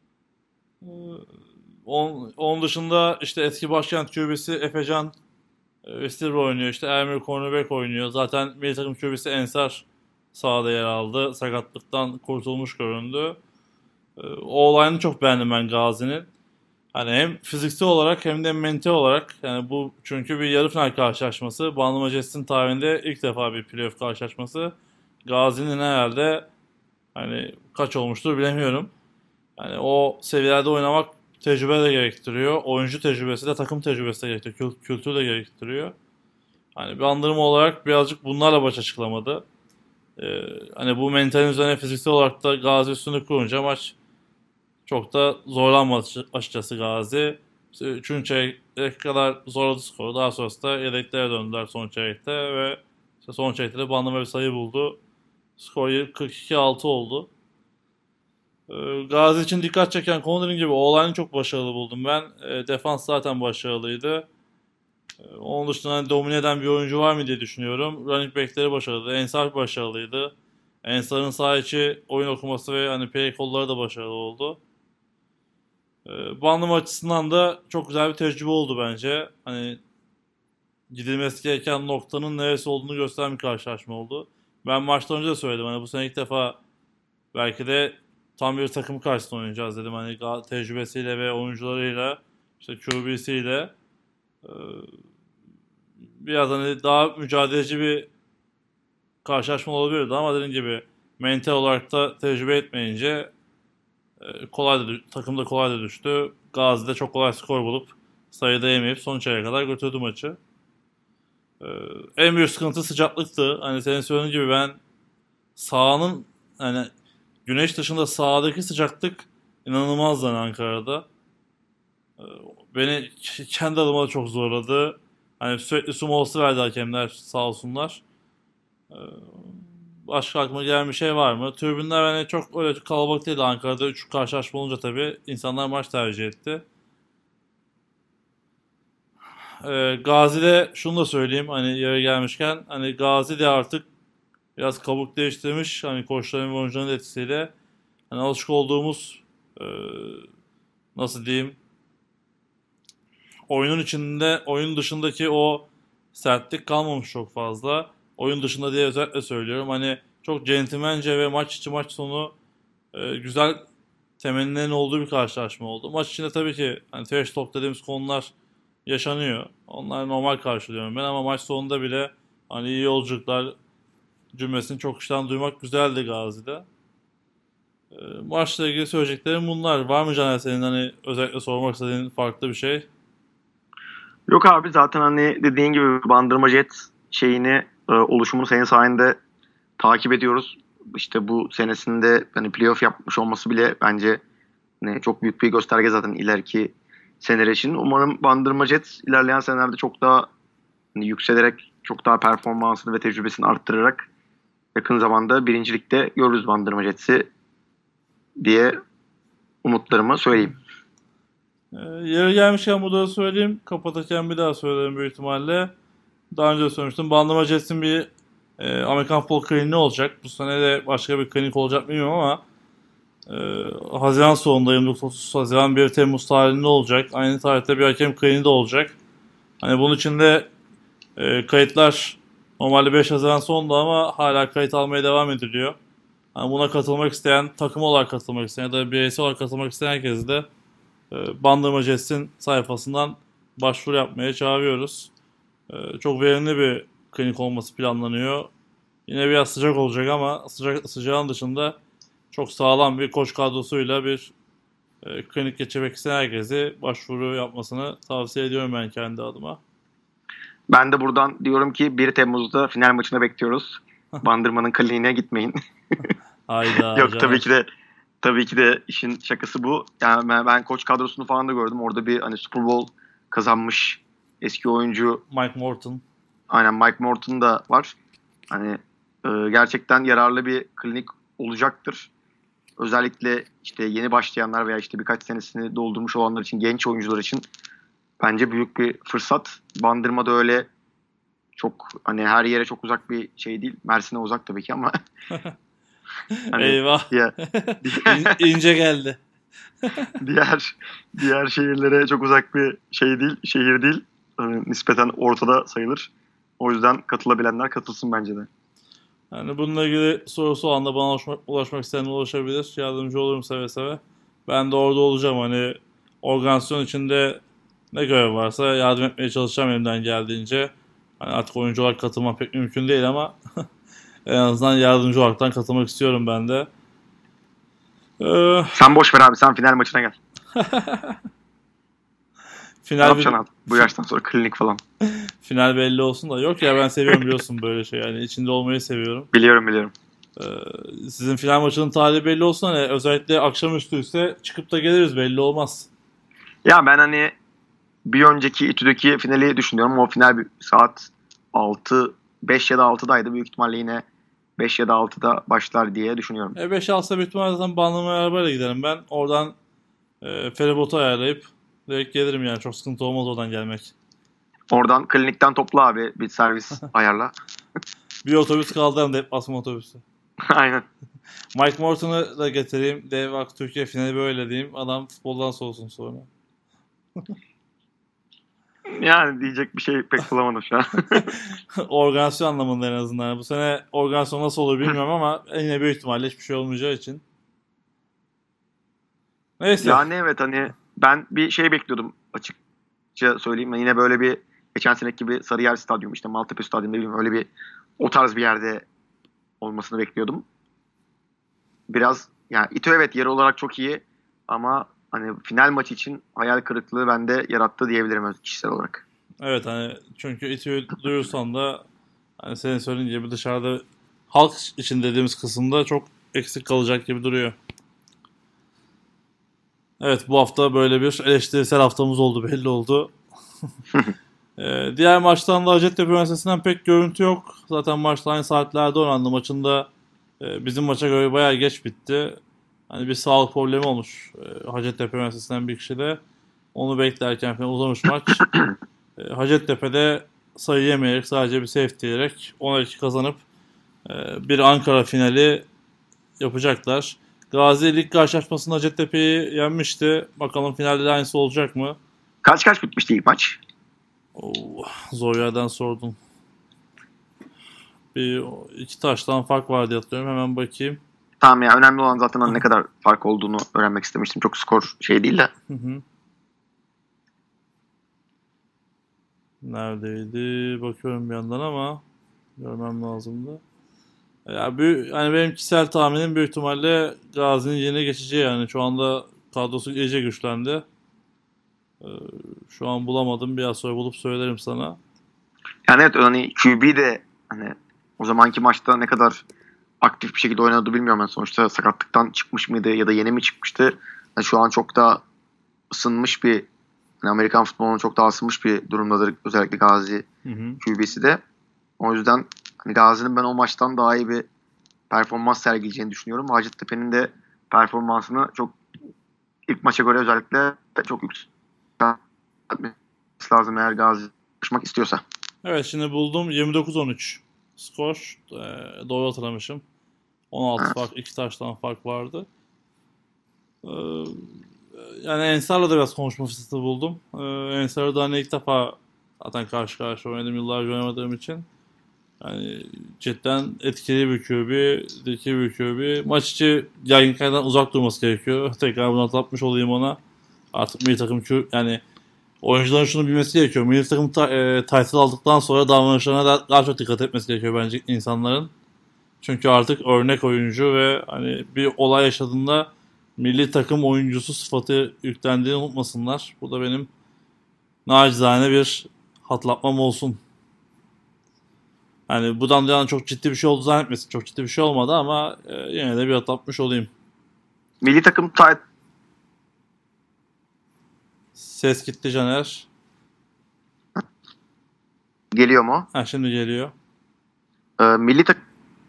Onun dışında işte eski Başkent QB'si Efecan receiver oynuyor. İşte Ermir cornerback oynuyor. Zaten milli takım QB'si Ensar sahada yer aldı. Sakatlıktan kurtulmuş göründü. O olayını çok beğendim ben Gazi'nin. Hani hem fiziksel olarak hem de mental olarak, yani bu çünkü bir yarı final karşılaşması. Bandırma Jets'in tarihinde ilk defa bir playoff karşılaşması. Gazi'nin herhalde hani kaç olmuştur bilemiyorum. Yani o seviyelerde oynamak tecrübe de gerektiriyor. Oyuncu tecrübesi de takım tecrübesi de gerektiriyor. Kültür de gerektiriyor. Hani Bandırma olarak birazcık bunlarla başa çıkılamadı. Hani bu mentalin üzerine fiziksel olarak da Gazi üstünü kurunca maç çok da zorlanmadı açıkçası Gazi. İşte 3. çeyreğe kadar zorladı skoru. Daha sonrasında yedeklere döndüler son çeyrekte ve işte son çeyrekte de Bandırma bir sayı buldu. Skor 42-6 oldu. Gazi için dikkat çeken konu dediğim gibi o-line'i çok başarılı buldum ben. Defans zaten başarılıydı. Onun dışında hani domine eden bir oyuncu var mı diye düşünüyorum. Running back'leri başarılı. Ensar başarılıydı. Ensar'ın saha içi oyun okuması ve hani play kolları da başarılı oldu. Bandırma açısından da çok güzel bir tecrübe oldu bence. Hani gidilmesi gereken noktanın neresi olduğunu gösteren bir karşılaşma oldu. Ben maçtan önce de söyledim. Hani bu sene ilk defa belki de tam bir takım karşısında oynayacağız dedim. Hani tecrübesiyle ve oyuncularıyla, işte QB'siyle biraz hani daha mücadeleci bir karşılaşma olabilirdi ama dediğim gibi mental olarak da tecrübe etmeyince kolay da takım da kolay da düştü. Gazi'de çok kolay skor bulup sayıda yemeyip son çeyreğe kadar götürdü maçı. En büyük sıkıntı sıcaklıktı. Hani senin söylediğin gibi ben sahanın hani güneş dışında sahadaki sıcaklık inanılmazdı hani Ankara'da. Beni kendi adıma da çok zorladı. Hani sürekli su molası verdi hakemler sağ olsunlar. Başka aklıma gelen bir şey var mı? Tribünler hani çok öyle kalabalık değildi Ankara'da. 3 karşılaşma olunca tabii insanlar maç tercih etti. Gazi'de şunu da söyleyeyim hani yere gelmişken hani Gazi de artık biraz kabuk değiştirmiş hani koçların ve oyuncuların etkisiyle hani alışık olduğumuz e, nasıl diyeyim oyunun içinde oyun dışındaki o sertlik kalmamış çok fazla. Oyun dışında diye özellikle söylüyorum. Hani çok centilmence ve maç içi maç sonu güzel temennilerin olduğu bir karşılaşma oldu. Maç içinde tabii ki hani trash talk dediğimiz konular yaşanıyor. Onlar normal karşılıyorum ben ama maç sonunda bile hani iyi yolculuklar cümlesini çok kişiden duymak güzeldi Gazi'de. Maçla ilgili söyleyeceklerim bunlar. Var mı Caner senin hani özellikle sormak istediğin farklı bir şey? Yok abi, zaten hani dediğin gibi Bandırma Jet şeyini oluşumunu senin sayende takip ediyoruz. İşte bu senesinde hani playoff yapmış olması bile bence hani çok büyük bir gösterge zaten ileriki seneler için. Umarım Bandırma Jet ilerleyen senelerde çok daha hani yükselerek, çok daha performansını ve tecrübesini arttırarak yakın zamanda birincilikte görürüz Bandırma Jets'i diye umutlarımı söyleyeyim. Yeri gelmişken burada söyleyeyim. Kapatırken bir daha söylerim büyük ihtimalle. Daha önce de söylemiştim. Bandırma Jets'in bir Amerikan futbol kliniği olacak. Bu sene de başka bir klinik olacak bilmiyorum ama e, Haziran sonunda 29-30 Haziran 1 Temmuz tarihinde olacak. Aynı tarihte bir hakem kliniği de olacak. Hani bunun için de kayıtlar normalde 5 Haziran sonunda ama hala kayıt almaya devam ediliyor. Hani buna katılmak isteyen, takım olarak katılmak isteyen ya da bireysel olarak katılmak isteyen herkesi de Bandırma Jets'in sayfasından başvuru yapmaya çağırıyoruz. Çok verimli bir klinik olması planlanıyor. Yine biraz sıcak olacak ama sıcağın dışında çok sağlam bir koç kadrosuyla bir klinik geçirmek isteyen herkesi başvuru yapmasını tavsiye ediyorum ben kendi adıma. Ben de buradan diyorum ki 1 Temmuz'da final maçına bekliyoruz. Bandırma'nın kliniğine gitmeyin. Hayda Yok, tabii Caner. ki de tabii ki de işin şakası bu. Yani ben koç kadrosunu falan da gördüm. Orada bir hani Super Bowl kazanmış eski oyuncu, Mike Morton. aynen Mike Morton da var. Hani gerçekten yararlı bir klinik olacaktır. Özellikle işte yeni başlayanlar veya işte birkaç senesini doldurmuş olanlar için, genç oyuncular için bence büyük bir fırsat. Bandırma da öyle çok hani her yere çok uzak bir şey değil. Mersin'e uzak tabii ki ama hani Eyvah. diğer İnce geldi. diğer diğer şehirlere çok uzak bir şey değil, şehir değil. Hani nispeten ortada sayılır. O yüzden katılabilenler katılsın bence de. Yani bununla ilgili sorusu o anda bana ulaşmak isteyen ulaşabilir. Yardımcı olurum seve seve. Ben de orada olacağım. Hani organizasyon içinde ne görev varsa yardım etmeye çalışacağım elimden geldiğince. Hani artık oyuncu olarak katılmak pek mümkün değil ama en azından yardımcı olaraktan katılmak istiyorum ben de. Ee, Sen boş ver abi, sen final maçına gel. Ne final yapacaksın abi? Bu yaştan sonra klinik falan. final belli olsun da yok ya ben seviyorum biliyorsun böyle şey. Yani içinde olmayı seviyorum. Biliyorum, biliyorum. Ee, Sizin final maçının tarihi belli olsun hani özellikle akşamüstü ise çıkıp da geliriz belli olmaz. Ya ben hani bir önceki İTÜ'deki finali düşünüyorum. O final bir saat 6, 5 ya da 6'daydı. Büyük ihtimalle yine 5 ya da 6'da başlar diye düşünüyorum. 5 alsa büyük ihtimalle zaten Bandırma arabayla giderim ben. Oradan feribotu ayarlayıp direkt gelirim yani çok sıkıntı olmaz oradan gelmek. Oradan klinikten topla abi, bir servis ayarla. Bir otobüs kaldı hem de deplasman otobüsü. Aynen. Mike Morton'u da getireyim. Dev Ak Türkiye finali böyle diyeyim. Adam futboldan soğusun sonra. Yani diyecek bir şey pek bulamadım şu an. Organizasyon anlamında en azından. Bu sene organizasyon nasıl olur bilmiyorum ama yine büyük ihtimalle hiçbir şey olmayacağı için. Neyse. Yani evet, hani ben bir şey bekliyordum açıkça söyleyeyim. Yine böyle bir geçen seneki gibi Sarıyer Stadyum, işte Maltepe Stadyum, ne bileyim, öyle bir o tarz bir yerde olmasını bekliyordum. Biraz yani İTÜ evet yer olarak çok iyi ama hani final maçı için hayal kırıklığı bende yarattı diyebilirim kişisel olarak. Evet, hani çünkü İTÜ'yü duyursan da hani senin söylediğin gibi dışarıda halk için dediğimiz kısımda çok eksik kalacak gibi duruyor. Evet, bu hafta böyle bir eleştirisel haftamız oldu, belli oldu. Diğer maçtan da Hacettepe Üniversitesi'nden pek görüntü yok. Zaten maçta aynı saatlerde oynandı. Maçında bizim maça göre bayağı geç bitti. Hani bir sağlık problemi olmuş Hacettepe Üniversitesi'nden bir kişide. Onu beklerken falan uzamış maç. Hacettepe'de sayı yemeyerek, sadece bir safety diyerek 10-2 kazanıp bir Ankara finali yapacaklar. Gazi lig karşılaşmasında Hacettepe'yi yenmişti. Bakalım finalde de aynısı olacak mı? Kaç bitmişti ilk maç? Zor yerden sordum. Bir iki taştan fark var diye hatırlıyorum. Hemen bakayım. Tamam ya, önemli olan zaten hani ne kadar fark olduğunu öğrenmek istemiştim. Çok skor şey değil de. Neredeydi? Bakıyorum bir yandan ama görmem lazımdı. Ya yani benim kişisel tahminim büyük ihtimalle Gazi'nin yerine geçeceği, yani şu anda kadrosu iyice güçlendi. Şu an bulamadım. Biraz sonra bulup söylerim sana. Yani evet, hani QB de hani o zamanki maçta ne kadar aktif bir şekilde oynadı bilmiyorum. Yani sonuçta sakatlıktan çıkmış mıydı ya da yeni mi çıkmıştı? Yani şu an çok daha ısınmış bir, yani Amerikan futboluna çok daha ısınmış bir durumdadır. Özellikle Gazi QB'si de. O yüzden hani Gazi'nin ben o maçtan daha iyi bir performans sergileyeceğini düşünüyorum. Hacettepe'nin de performansını çok, ilk maça göre özellikle çok yükseltmesi lazım eğer Gazi çıkmak istiyorsa. Evet, şimdi buldum. 29-13 skor. Doğru hatırlamışım. 16 Evet. fark, 2 taştan fark vardı. Yani Ensar'la da biraz konuşma fırsatı buldum. Ensar'ı da hani ilk defa zaten karşı karşıya oynadım yıllarca oynamadığım için. Yani cidden etkili bir QB, zeki bir QB. Maç içi gerginliklerden uzak durması gerekiyor. Tekrar bunu hatırlatmış olayım ona. Artık milli takım yani oyuncuların şunu bilmesi gerekiyor. Milli takım title aldıktan sonra davranışlarına daha çok dikkat etmesi gerekiyor bence insanların. Çünkü artık örnek oyuncu ve hani bir olay yaşadığında milli takım oyuncusu sıfatı yüklendiğini unutmasınlar. Bu da benim nacizane bir hatırlatmam olsun. Yani bu damladan çok ciddi bir şey oldu zannetmesin. Çok ciddi bir şey olmadı ama yine de bir hatırlatmış olayım. Milli takım Ses gitti Caner. geliyor mu? Şimdi geliyor. Milli takım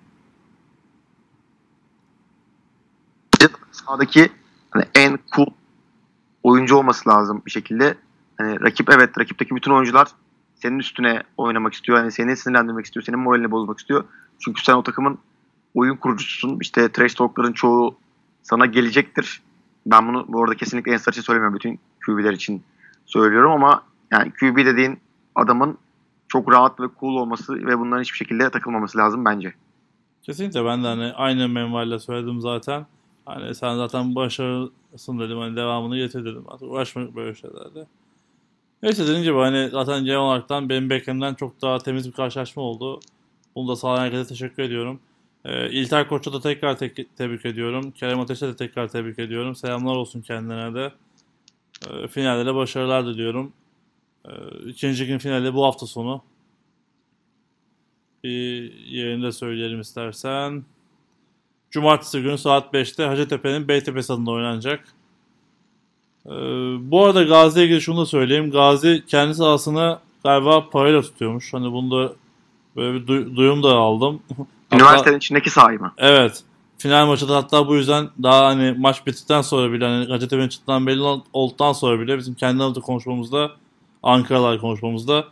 sahadaki hani en cool oyuncu olması lazım bir şekilde. Hani rakipteki bütün oyuncular senin üstüne oynamak istiyor. Hani seni sinirlendirmek istiyor. Senin moralini bozmak istiyor. Çünkü sen o takımın oyun kurucususun. İşte trash talk'ların çoğu sana gelecektir. Ben bunu bu arada kesinlikle Ensar için söylemiyorum. Bütün QB'ler için söylüyorum ama yani QB dediğin adamın çok rahat ve cool olması ve bunların hiçbir şekilde takılmaması lazım bence. Kesinlikle ben de hani aynı menvalle söyledim zaten. Hani sen zaten başarılısın dedim, hani devamını getir dedim. Artık uğraşma böyle şeylerle. Neyse, dediğim gibi hani zaten genel olaraktan benim beklemden çok daha temiz bir karşılaşma oldu. Bunu da sağlayan herkese teşekkür ediyorum. İlter Koç'a da tekrar tebrik ediyorum. Kerem Ateş'e de tekrar tebrik ediyorum. Selamlar olsun kendilerine de. Finalde de başarılar diliyorum. İkinci gün finali bu hafta sonu. Bir yerinde söyleyelim istersen. Cumartesi günü saat 5'te Hacettepe'nin Beytepe stadında oynanacak. Bu arada Gazi'ye ilgili şunu da söyleyeyim. Gazi kendi sahasını galiba parayla tutuyormuş. Hani bunu da böyle bir duyum da aldım. Üniversitenin içindeki sahi mi? Evet. Final maçı da hatta bu yüzden daha hani maç bittikten sonra bile, hani Hacettepe'nin çıktıktan belli olduktan sonra bile bizim kendi aramızda konuşmamızda, Ankaralar konuşmamızda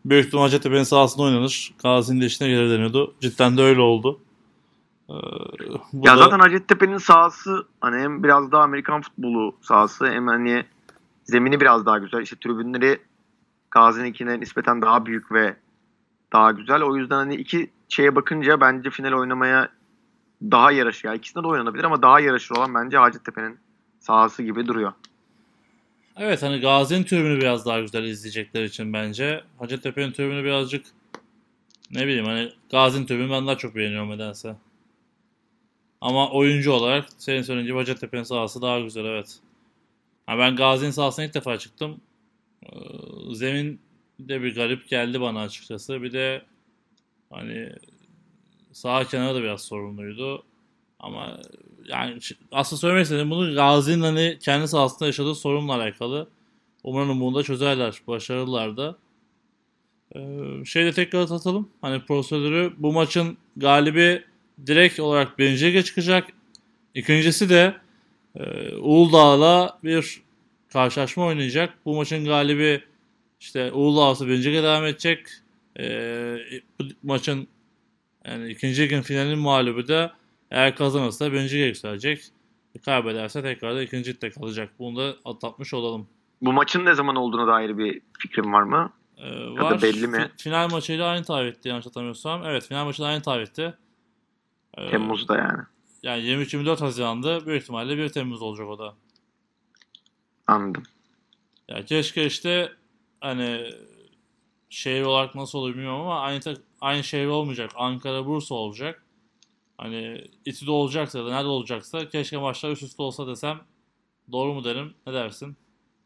büyük ihtimal Hacettepe'nin sahasında oynanır. Gazi'nin de işine gelir deniyordu. Cidden de öyle oldu. Bu Ya da zaten Hacettepe'nin sahası hani hem biraz daha Amerikan futbolu sahası hem hani zemini biraz daha güzel. İşte tribünleri Gazi'ninkine nispeten daha büyük ve daha güzel. O yüzden hani iki şeye bakınca bence final oynamaya daha yaraşır. Yani ikisinde de oynanabilir ama daha yaraşır olan bence Hacettepe'nin sahası gibi duruyor. evet, hani Gazi'nin tribünü biraz daha güzel izleyecekler için bence. Hacettepe'nin tribünü birazcık, ne bileyim, hani Gazi'nin tribünü ben daha çok beğeniyorum nedense. Ama oyuncu olarak senin söylediğin gibi Hacettepe'nin sahası daha güzel, evet. Ha, ben Gazi'nin sahasına ilk defa çıktım. Zemin de bir garip geldi bana açıkçası. Bir de hani sağ kenarı da biraz sorunluydu. Ama yani aslında söylemek istediğim bunu Gazi'nin hani kendi sahasında yaşadığı sorunla alakalı. Umarım bunu da çözerler. Başarırlar da. Şeyde tekrar atalım. Hani prosedürü, bu maçın galibi direkt olarak birinci lige çıkacak. İkincisi de Uludağ'la bir karşılaşma oynayacak. Bu maçın galibi işte Uludağ'sı birinci lige devam edecek. Bu maçın, yani ikinci ligin finalinin mağlubu da eğer kazanırsa birinci lige yükselecek. Kaybederse tekrar da ikinci ligde kalacak. Bunu da atlatmış olalım. Bu maçın ne zaman olduğuna dair bir fikrim var mı? Ya Var. da belli mi? Final maçıyla aynı tarihte yanlış hatırlamıyorsam. Evet, final maçıyla aynı tarihte. Ee, Temmuz'da yani. Yani 23-24 Haziran'da, büyük ihtimalle 1 Temmuz olacak o da. Anladım. Ya keşke işte hani şehir olarak nasıl olur bilmiyorum ama aynı şehir olmayacak. Ankara, Bursa olacak. Hani İTÜ'de olacaksa da nerede olacaksa keşke maçlar üst üste olsa desem doğru mu derim? Ne dersin?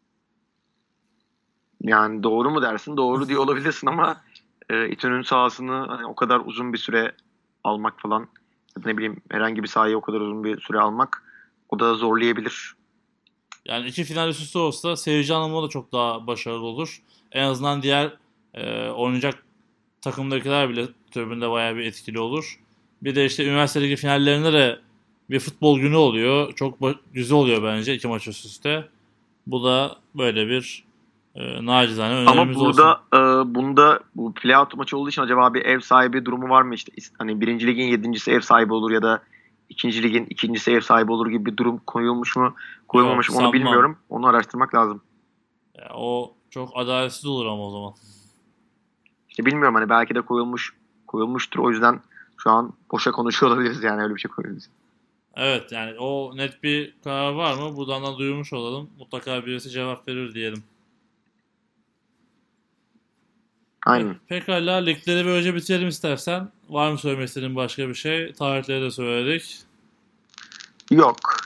Yani doğru mu dersin? Doğru diyor olabilirsin ama İTÜ'nün sahasını hani o kadar uzun bir süre almak falan, ne bileyim, herhangi bir sahayı o kadar uzun bir süre almak o da zorlayabilir. Yani iki final üst üste olsa seyirci anlamında da çok daha başarılı olur. En azından diğer oynayacak takımdakiler bile tribünde bayağı bir etkili olur. Bir de işte üniversite ligi finallerinde de bir futbol günü oluyor. Çok güzel oluyor bence iki maç üst üste. Bu da böyle bir nacizane Ama önerimiz olsun. burada bunda bu playout maçı olduğu için acaba bir ev sahibi durumu var mı, işte hani birinci ligin yedincisi ev sahibi olur ya da ikinci ligin ikincisi ev sahibi olur gibi bir durum koyulmuş mu Yok, koyulmamış mı onu sanmam. bilmiyorum. Onu araştırmak lazım. Ya, o çok adaletsiz olur ama o zaman. İşte bilmiyorum, hani belki de koyulmuştur, o yüzden şu an boşa konuşuyor olabiliriz yani öyle bir şey koyuyoruz. Evet, yani o net bir karar var mı? Buradan da duyurmuş olalım. Mutlaka birisi cevap verir diyelim. Aynen. Pekala, ligleri böylece bitirelim istersen. Var mı söylemek istediğin başka bir şey? Tarihleri de söyledik. Yok.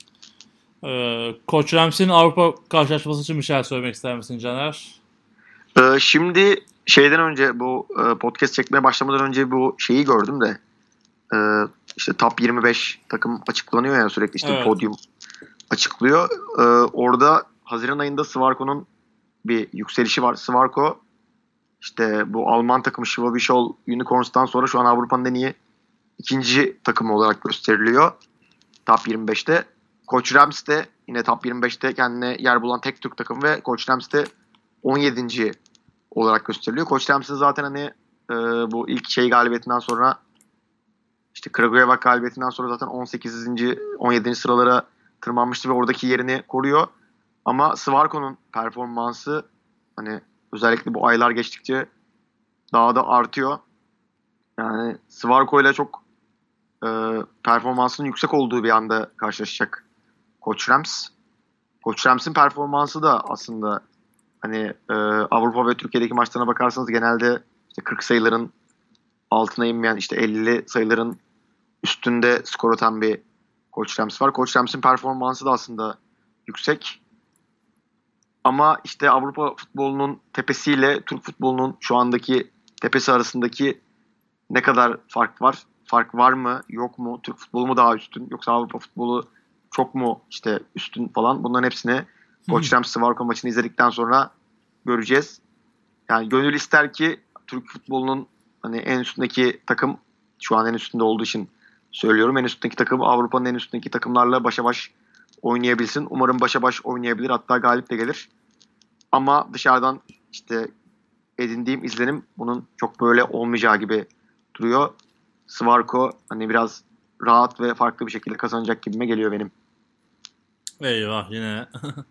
Koç Rams'in Avrupa karşılaşması için bir şey söylemek ister misin Caner? Şimdi şeyden önce bu podcast çekmeye başlamadan önce bu şeyi gördüm de e, işte top 25 takım açıklanıyor ya, sürekli işte Evet. podyum açıklıyor. Orada Haziran ayında Swarko'nun bir yükselişi var. Swarko işte bu Alman takımı Schwäbisch Hall Unicorns'tan sonra şu an Avrupa'nın en iyi ikinci takımı olarak gösteriliyor. Top 25'te. Koç Rams de yine top 25'te kendine yer bulan tek Türk takım ve Koç Rams de 17. olarak gösteriliyor. Koç Rams'in zaten hani bu ilk galibiyetinden sonra, işte Kragujevac galibiyetinden sonra zaten 18. 17. sıralara tırmanmıştı ve oradaki yerini koruyor. Ama Swarko'nun performansı hani özellikle bu aylar geçtikçe daha da artıyor. Yani Swarko ile çok performansının yüksek olduğu bir anda karşılaşacak Koç Rams. Koç Rams'in performansı da aslında hani Avrupa ve Türkiye'deki maçlarına bakarsanız genelde işte 40 sayıların altına inmeyen, işte 50 sayıların üstünde skor atan bir Koç Rams var. Koç Rams'in performansı da aslında yüksek. Ama işte Avrupa futbolunun tepesiyle Türk futbolunun şu andaki tepesi arasındaki ne kadar fark var? Fark var mı? Yok mu? Türk futbolu mu daha üstün? Yoksa Avrupa futbolu çok mu işte üstün falan? Bunların hepsini Koç Rams Swarko maçını izledikten sonra göreceğiz. Yani gönül ister ki Türk futbolunun hani en üstündeki takım, şu an en üstünde olduğu için söylüyorum, en üstündeki takım Avrupa'nın en üstündeki takımlarla başa baş oynayabilsin. Umarım başa baş oynayabilir, hatta galip de gelir. Ama dışarıdan işte edindiğim izlenim bunun çok böyle olmayacağı gibi duruyor. Svarko hani biraz rahat ve farklı bir şekilde kazanacak gibime geliyor benim. Eyvah yine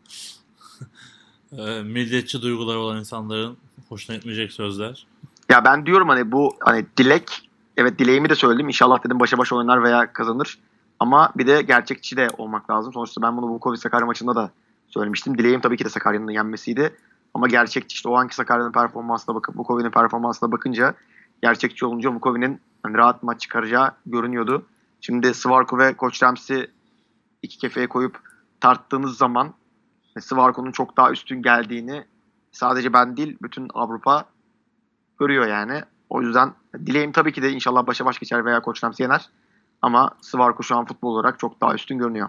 milliyetçi duyguları olan insanların hoşuna gitmeyecek sözler. Ya ben diyorum hani bu hani dilek, evet dileğimi de söyledim. İnşallah dedim başa baş oynar veya kazanır. Ama bir de gerçekçi de olmak lazım. Sonuçta ben bunu Vukovic Sakarya maçında da söylemiştim. Dileğim tabii ki de Sakarya'nın yenmesiydi. Ama gerçekçi işte o anki Sakarya'nın performansına bakıp Vukovic'in performansına bakınca gerçekçi olunca Vukovic'in hani rahat maç çıkaracağı görünüyordu. Şimdi Svarko ve Koç Ramsey iki kefeye koyup tarttığınız zaman Svarko'nun çok daha üstün geldiğini sadece ben değil bütün Avrupa görüyor yani. O yüzden dileğim tabii ki de inşallah başa baş geçer veya Koç Ramsey yener. Ama Svarko şu an futbol olarak çok daha üstün görünüyor.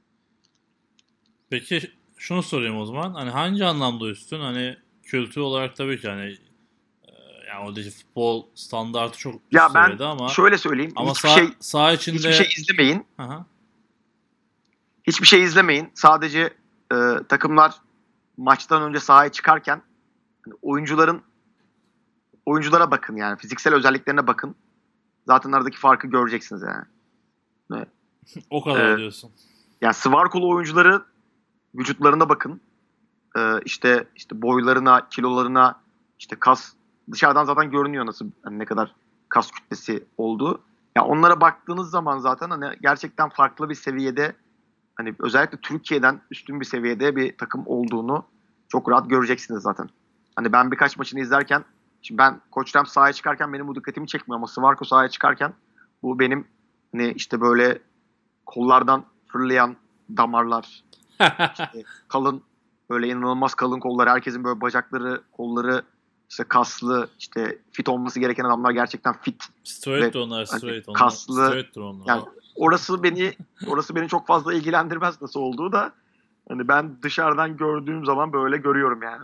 Peki şunu sorayım o zaman. Hani hangi anlamda üstün? Hani kültür olarak tabii ki hani yani oradaki futbol standartı çok üst Ya ben seviyede ama şöyle söyleyeyim. ama Hiçbir içinde şey izlemeyin. Aha. Hiçbir şey izlemeyin. Sadece takımlar maçtan önce sahaya çıkarken hani oyunculara bakın yani. Fiziksel özelliklerine bakın. Zaten aradaki farkı göreceksiniz yani. Evet. O kadar Ee, diyorsun. Yani Svarkolu oyuncuları vücutlarına bakın. İşte boylarına, kilolarına, işte kas dışarıdan zaten görünüyor nasıl hani ne kadar kas kütlesi olduğu. Ya onlara baktığınız zaman zaten hani gerçekten farklı bir seviyede hani özellikle Türkiye'den üstün bir seviyede bir takım olduğunu çok rahat göreceksiniz zaten. Hani ben birkaç maçını izlerken şimdi ben Koç Rams sahaya çıkarken benim bu dikkatimi çekmiyor ama Svarko sahaya çıkarken bu benim hani işte böyle kollardan fırlayan damarlar, işte kalın böyle inanılmaz kalın kolları, herkesin böyle bacakları, kolları işte kaslı, işte fit olması gereken adamlar gerçekten fit ve Straight onlar, hani straight onlar. kaslı. Straight'tir onlar. Yani orası beni çok fazla ilgilendirmez nasıl olduğu da hani ben dışarıdan gördüğüm zaman böyle görüyorum yani.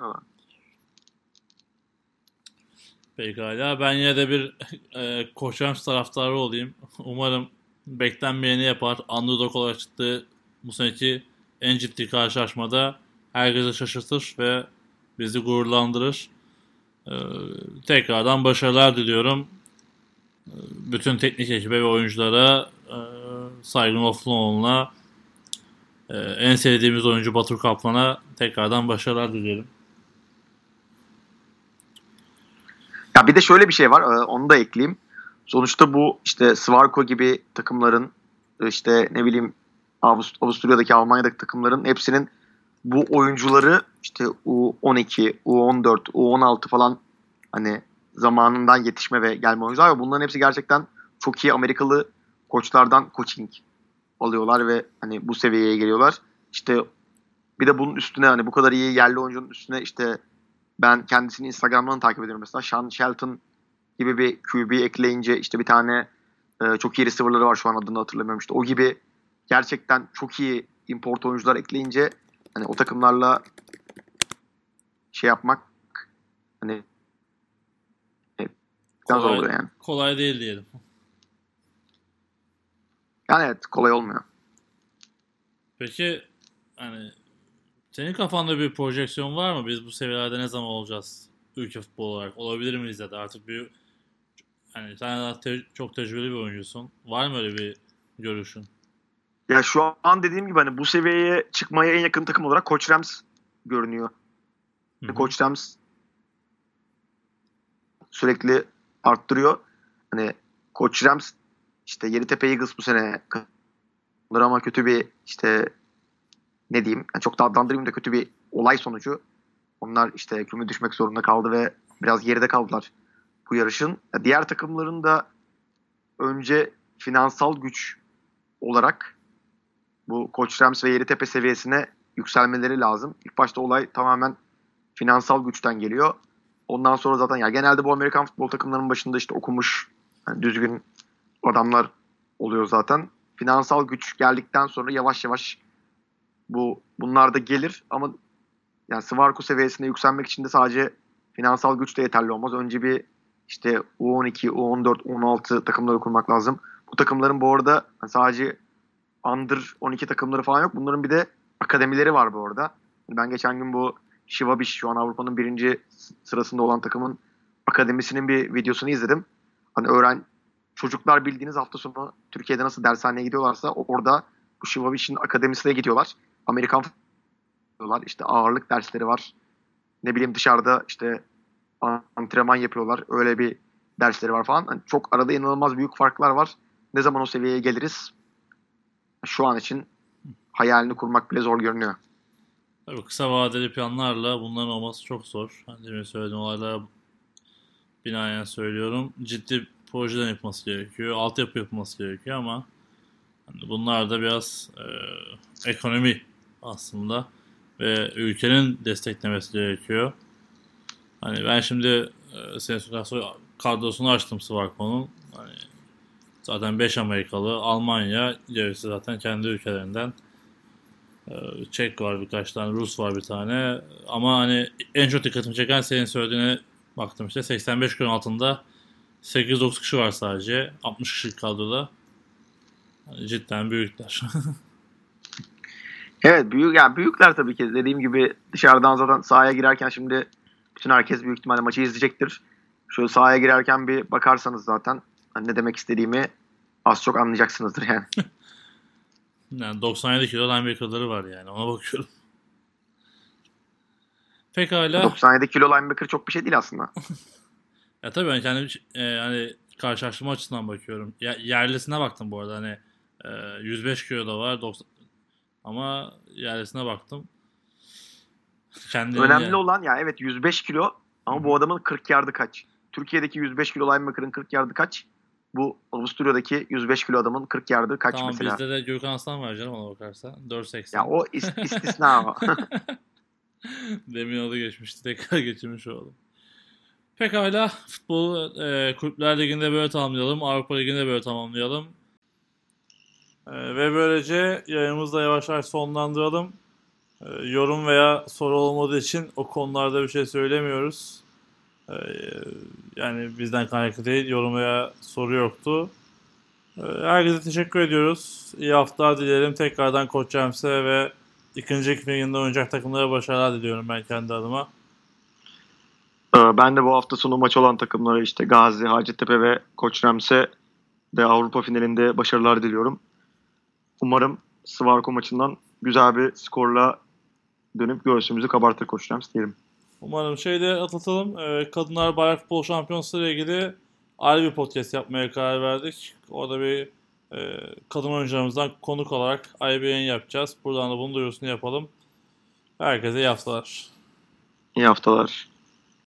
Pekala. Ben yine de bir Koç Rams taraftarı olayım. Umarım beklenmeyeni yapar. Underdog olarak çıktığı bu seneki en ciddi karşılaşmada herkese şaşırtır ve bizi gururlandırır. E, Tekrardan başarılar diliyorum. Bütün teknik ekibe ve oyunculara Saygın Ofluoğlu'na en sevdiğimiz oyuncu Batur Kaplan'a tekrardan başarılar dilerim. Ya bir de şöyle bir şey var, onu da ekleyeyim. Sonuçta bu işte Svarko gibi takımların işte ne bileyim Avusturya'daki Almanya'daki takımların hepsinin bu oyuncuları işte U12, U14, U16 falan hani zamanından yetişme ve gelme oyuncular ve bunların hepsi gerçekten çok iyi Amerikalı koçlardan coaching alıyorlar ve hani bu seviyeye geliyorlar. İşte bir de bunun üstüne hani bu kadar iyi yerli oyuncunun üstüne işte ben kendisini Instagram'dan takip ediyorum mesela. Sean Shelton gibi bir QB ekleyince işte bir tane çok iyi receiver'ları var şu an adını hatırlamıyorum işte. O gibi gerçekten çok iyi import oyuncular ekleyince hani o takımlarla şey yapmak hani zor oluyor yani. Kolay değil diyelim. Yani evet kolay olmuyor. Peki hani senin kafanda bir projeksiyon var mı? Biz bu seviyelerde ne zaman olacağız? Ülke futbolu olarak. Olabilir miyiz ya da artık bir hani sen daha çok tecrübeli bir oyuncusun. Var mı öyle bir görüşün? Ya şu an dediğim gibi hani bu seviyeye çıkmaya en yakın takım olarak Koç Rams görünüyor. Hı hı. Koç Rams sürekli arttırıyor. Hani Koç Rams işte Yeditepe Eagles bu sene ama kötü bir işte ne diyeyim yani çok da adlandırayım da kötü bir olay sonucu. Onlar işte küme düşmek zorunda kaldı ve biraz geride kaldılar bu yarışın. Diğer takımların da önce finansal güç olarak bu Koç Rams ve Yeditepe seviyesine yükselmeleri lazım. İlk başta olay tamamen finansal güçten geliyor. Ondan sonra zaten ya genelde bu Amerikan futbol takımlarının başında işte okumuş yani düzgün adamlar oluyor zaten. Finansal güç geldikten sonra yavaş yavaş bunlar da gelir ama yani Svarko seviyesine yükselmek için de sadece finansal güç de yeterli olmaz. Önce bir işte U12, U14, U16 takımları kurmak lazım. Bu takımların bu arada sadece Under 12 takımları falan yok. Bunların bir de akademileri var bu arada. Ben geçen gün bu Şivabiş şu an Avrupa'nın birinci sırasında olan takımın akademisinin bir videosunu izledim. Hani çocuklar bildiğiniz hafta sonu Türkiye'de nasıl dershaneye gidiyorlarsa orada bu Şivabiş'in akademisine gidiyorlar. Amerikan gidiyorlar. İşte ağırlık dersleri var. Ne bileyim dışarıda işte antrenman yapıyorlar. Öyle bir dersleri var falan. Hani çok arada inanılmaz büyük farklar var. Ne zaman o seviyeye geliriz? Şu an için hayalini kurmak bile zor görünüyor. Tabii kısa vadeli planlarla bunların olması çok zor. Hani demin söylediğim olaylara binaen söylüyorum. Ciddi projeden yapılması gerekiyor. Altyapı yapılması gerekiyor ama hani bunlar da biraz ekonomi aslında ve ülkenin desteklemesi gerekiyor. Hani ben şimdi senin sonra kadrosunu açtım Swarco'nun. Hani zaten 5 Amerikalı, Almanya, gerisi zaten kendi ülkelerinden. Çek var birkaç tane, Rus var bir tane. Ama hani en çok dikkatimi çeken senin söylediğine baktım işte 85 kilo altında 8-9 kişi var sadece. 60 kişilik kadroda. Yani cidden büyükler. Evet yani büyükler tabii ki dediğim gibi dışarıdan zaten sahaya girerken şimdi bütün herkes büyük ihtimalle maçı izleyecektir. Şöyle sahaya girerken bir bakarsanız zaten hani ne demek istediğimi az çok anlayacaksınızdır yani. Yani 97 kilo linebacker'ları var yani ona bakıyorum. Pekala. 97 kilo linebacker çok bir şey değil aslında. Ya tabii ben kendim hani karşılaştırma açısından bakıyorum. Yerlisine baktım bu arada hani 105 kilo da var 90 ama yerlisine baktım. Önemli olan ya evet 105 kilo ama bu adamın 40 yardı kaç? Türkiye'deki 105 kilo linebacker'ın 40 yardı kaç? Bu Avusturya'daki 105 kilo adamın 40 yardı kaç tamam, mesela? bizde de Gökhan Aslan var canım ona bakarsan. 4.80. Ya o istisna ama. Demin adı geçmişti. Tekrar geçirmiş oldum. Pekala. Futbol Kulüpler Ligi'nde böyle tamamlayalım. Avrupa Ligi'nde böyle tamamlayalım. Ve böylece yayınımızı da yavaş yavaş sonlandıralım. Yorum veya soru olmadığı için o konularda bir şey söylemiyoruz. Yani bizden kaynaklı değil. Yorum veya soru yoktu. Herkese teşekkür ediyoruz. İyi haftalar dilerim. Tekrardan Koç James'e ve ikinci ekip liginde oynayacak takımlara başarılar diliyorum ben kendi adıma. Ben de bu hafta sonu maç olan takımlara işte Gazi, Hacettepe ve Koç Rems'e de Avrupa finalinde başarılar diliyorum. Umarım Swarco maçından güzel bir skorla dönüp göğsümüzü kabartır Koç Rems diyelim. Umarım şeyde atlatalım. Kadınlar Bayrak Futbol Şampiyonası ile ilgili ayrı bir podcast yapmaya karar verdik. Orada bir kadın oyuncularımızdan konuk olarak ayrı bir yayın yapacağız. Buradan da bunun duyurusunu yapalım. Herkese iyi haftalar. İyi haftalar.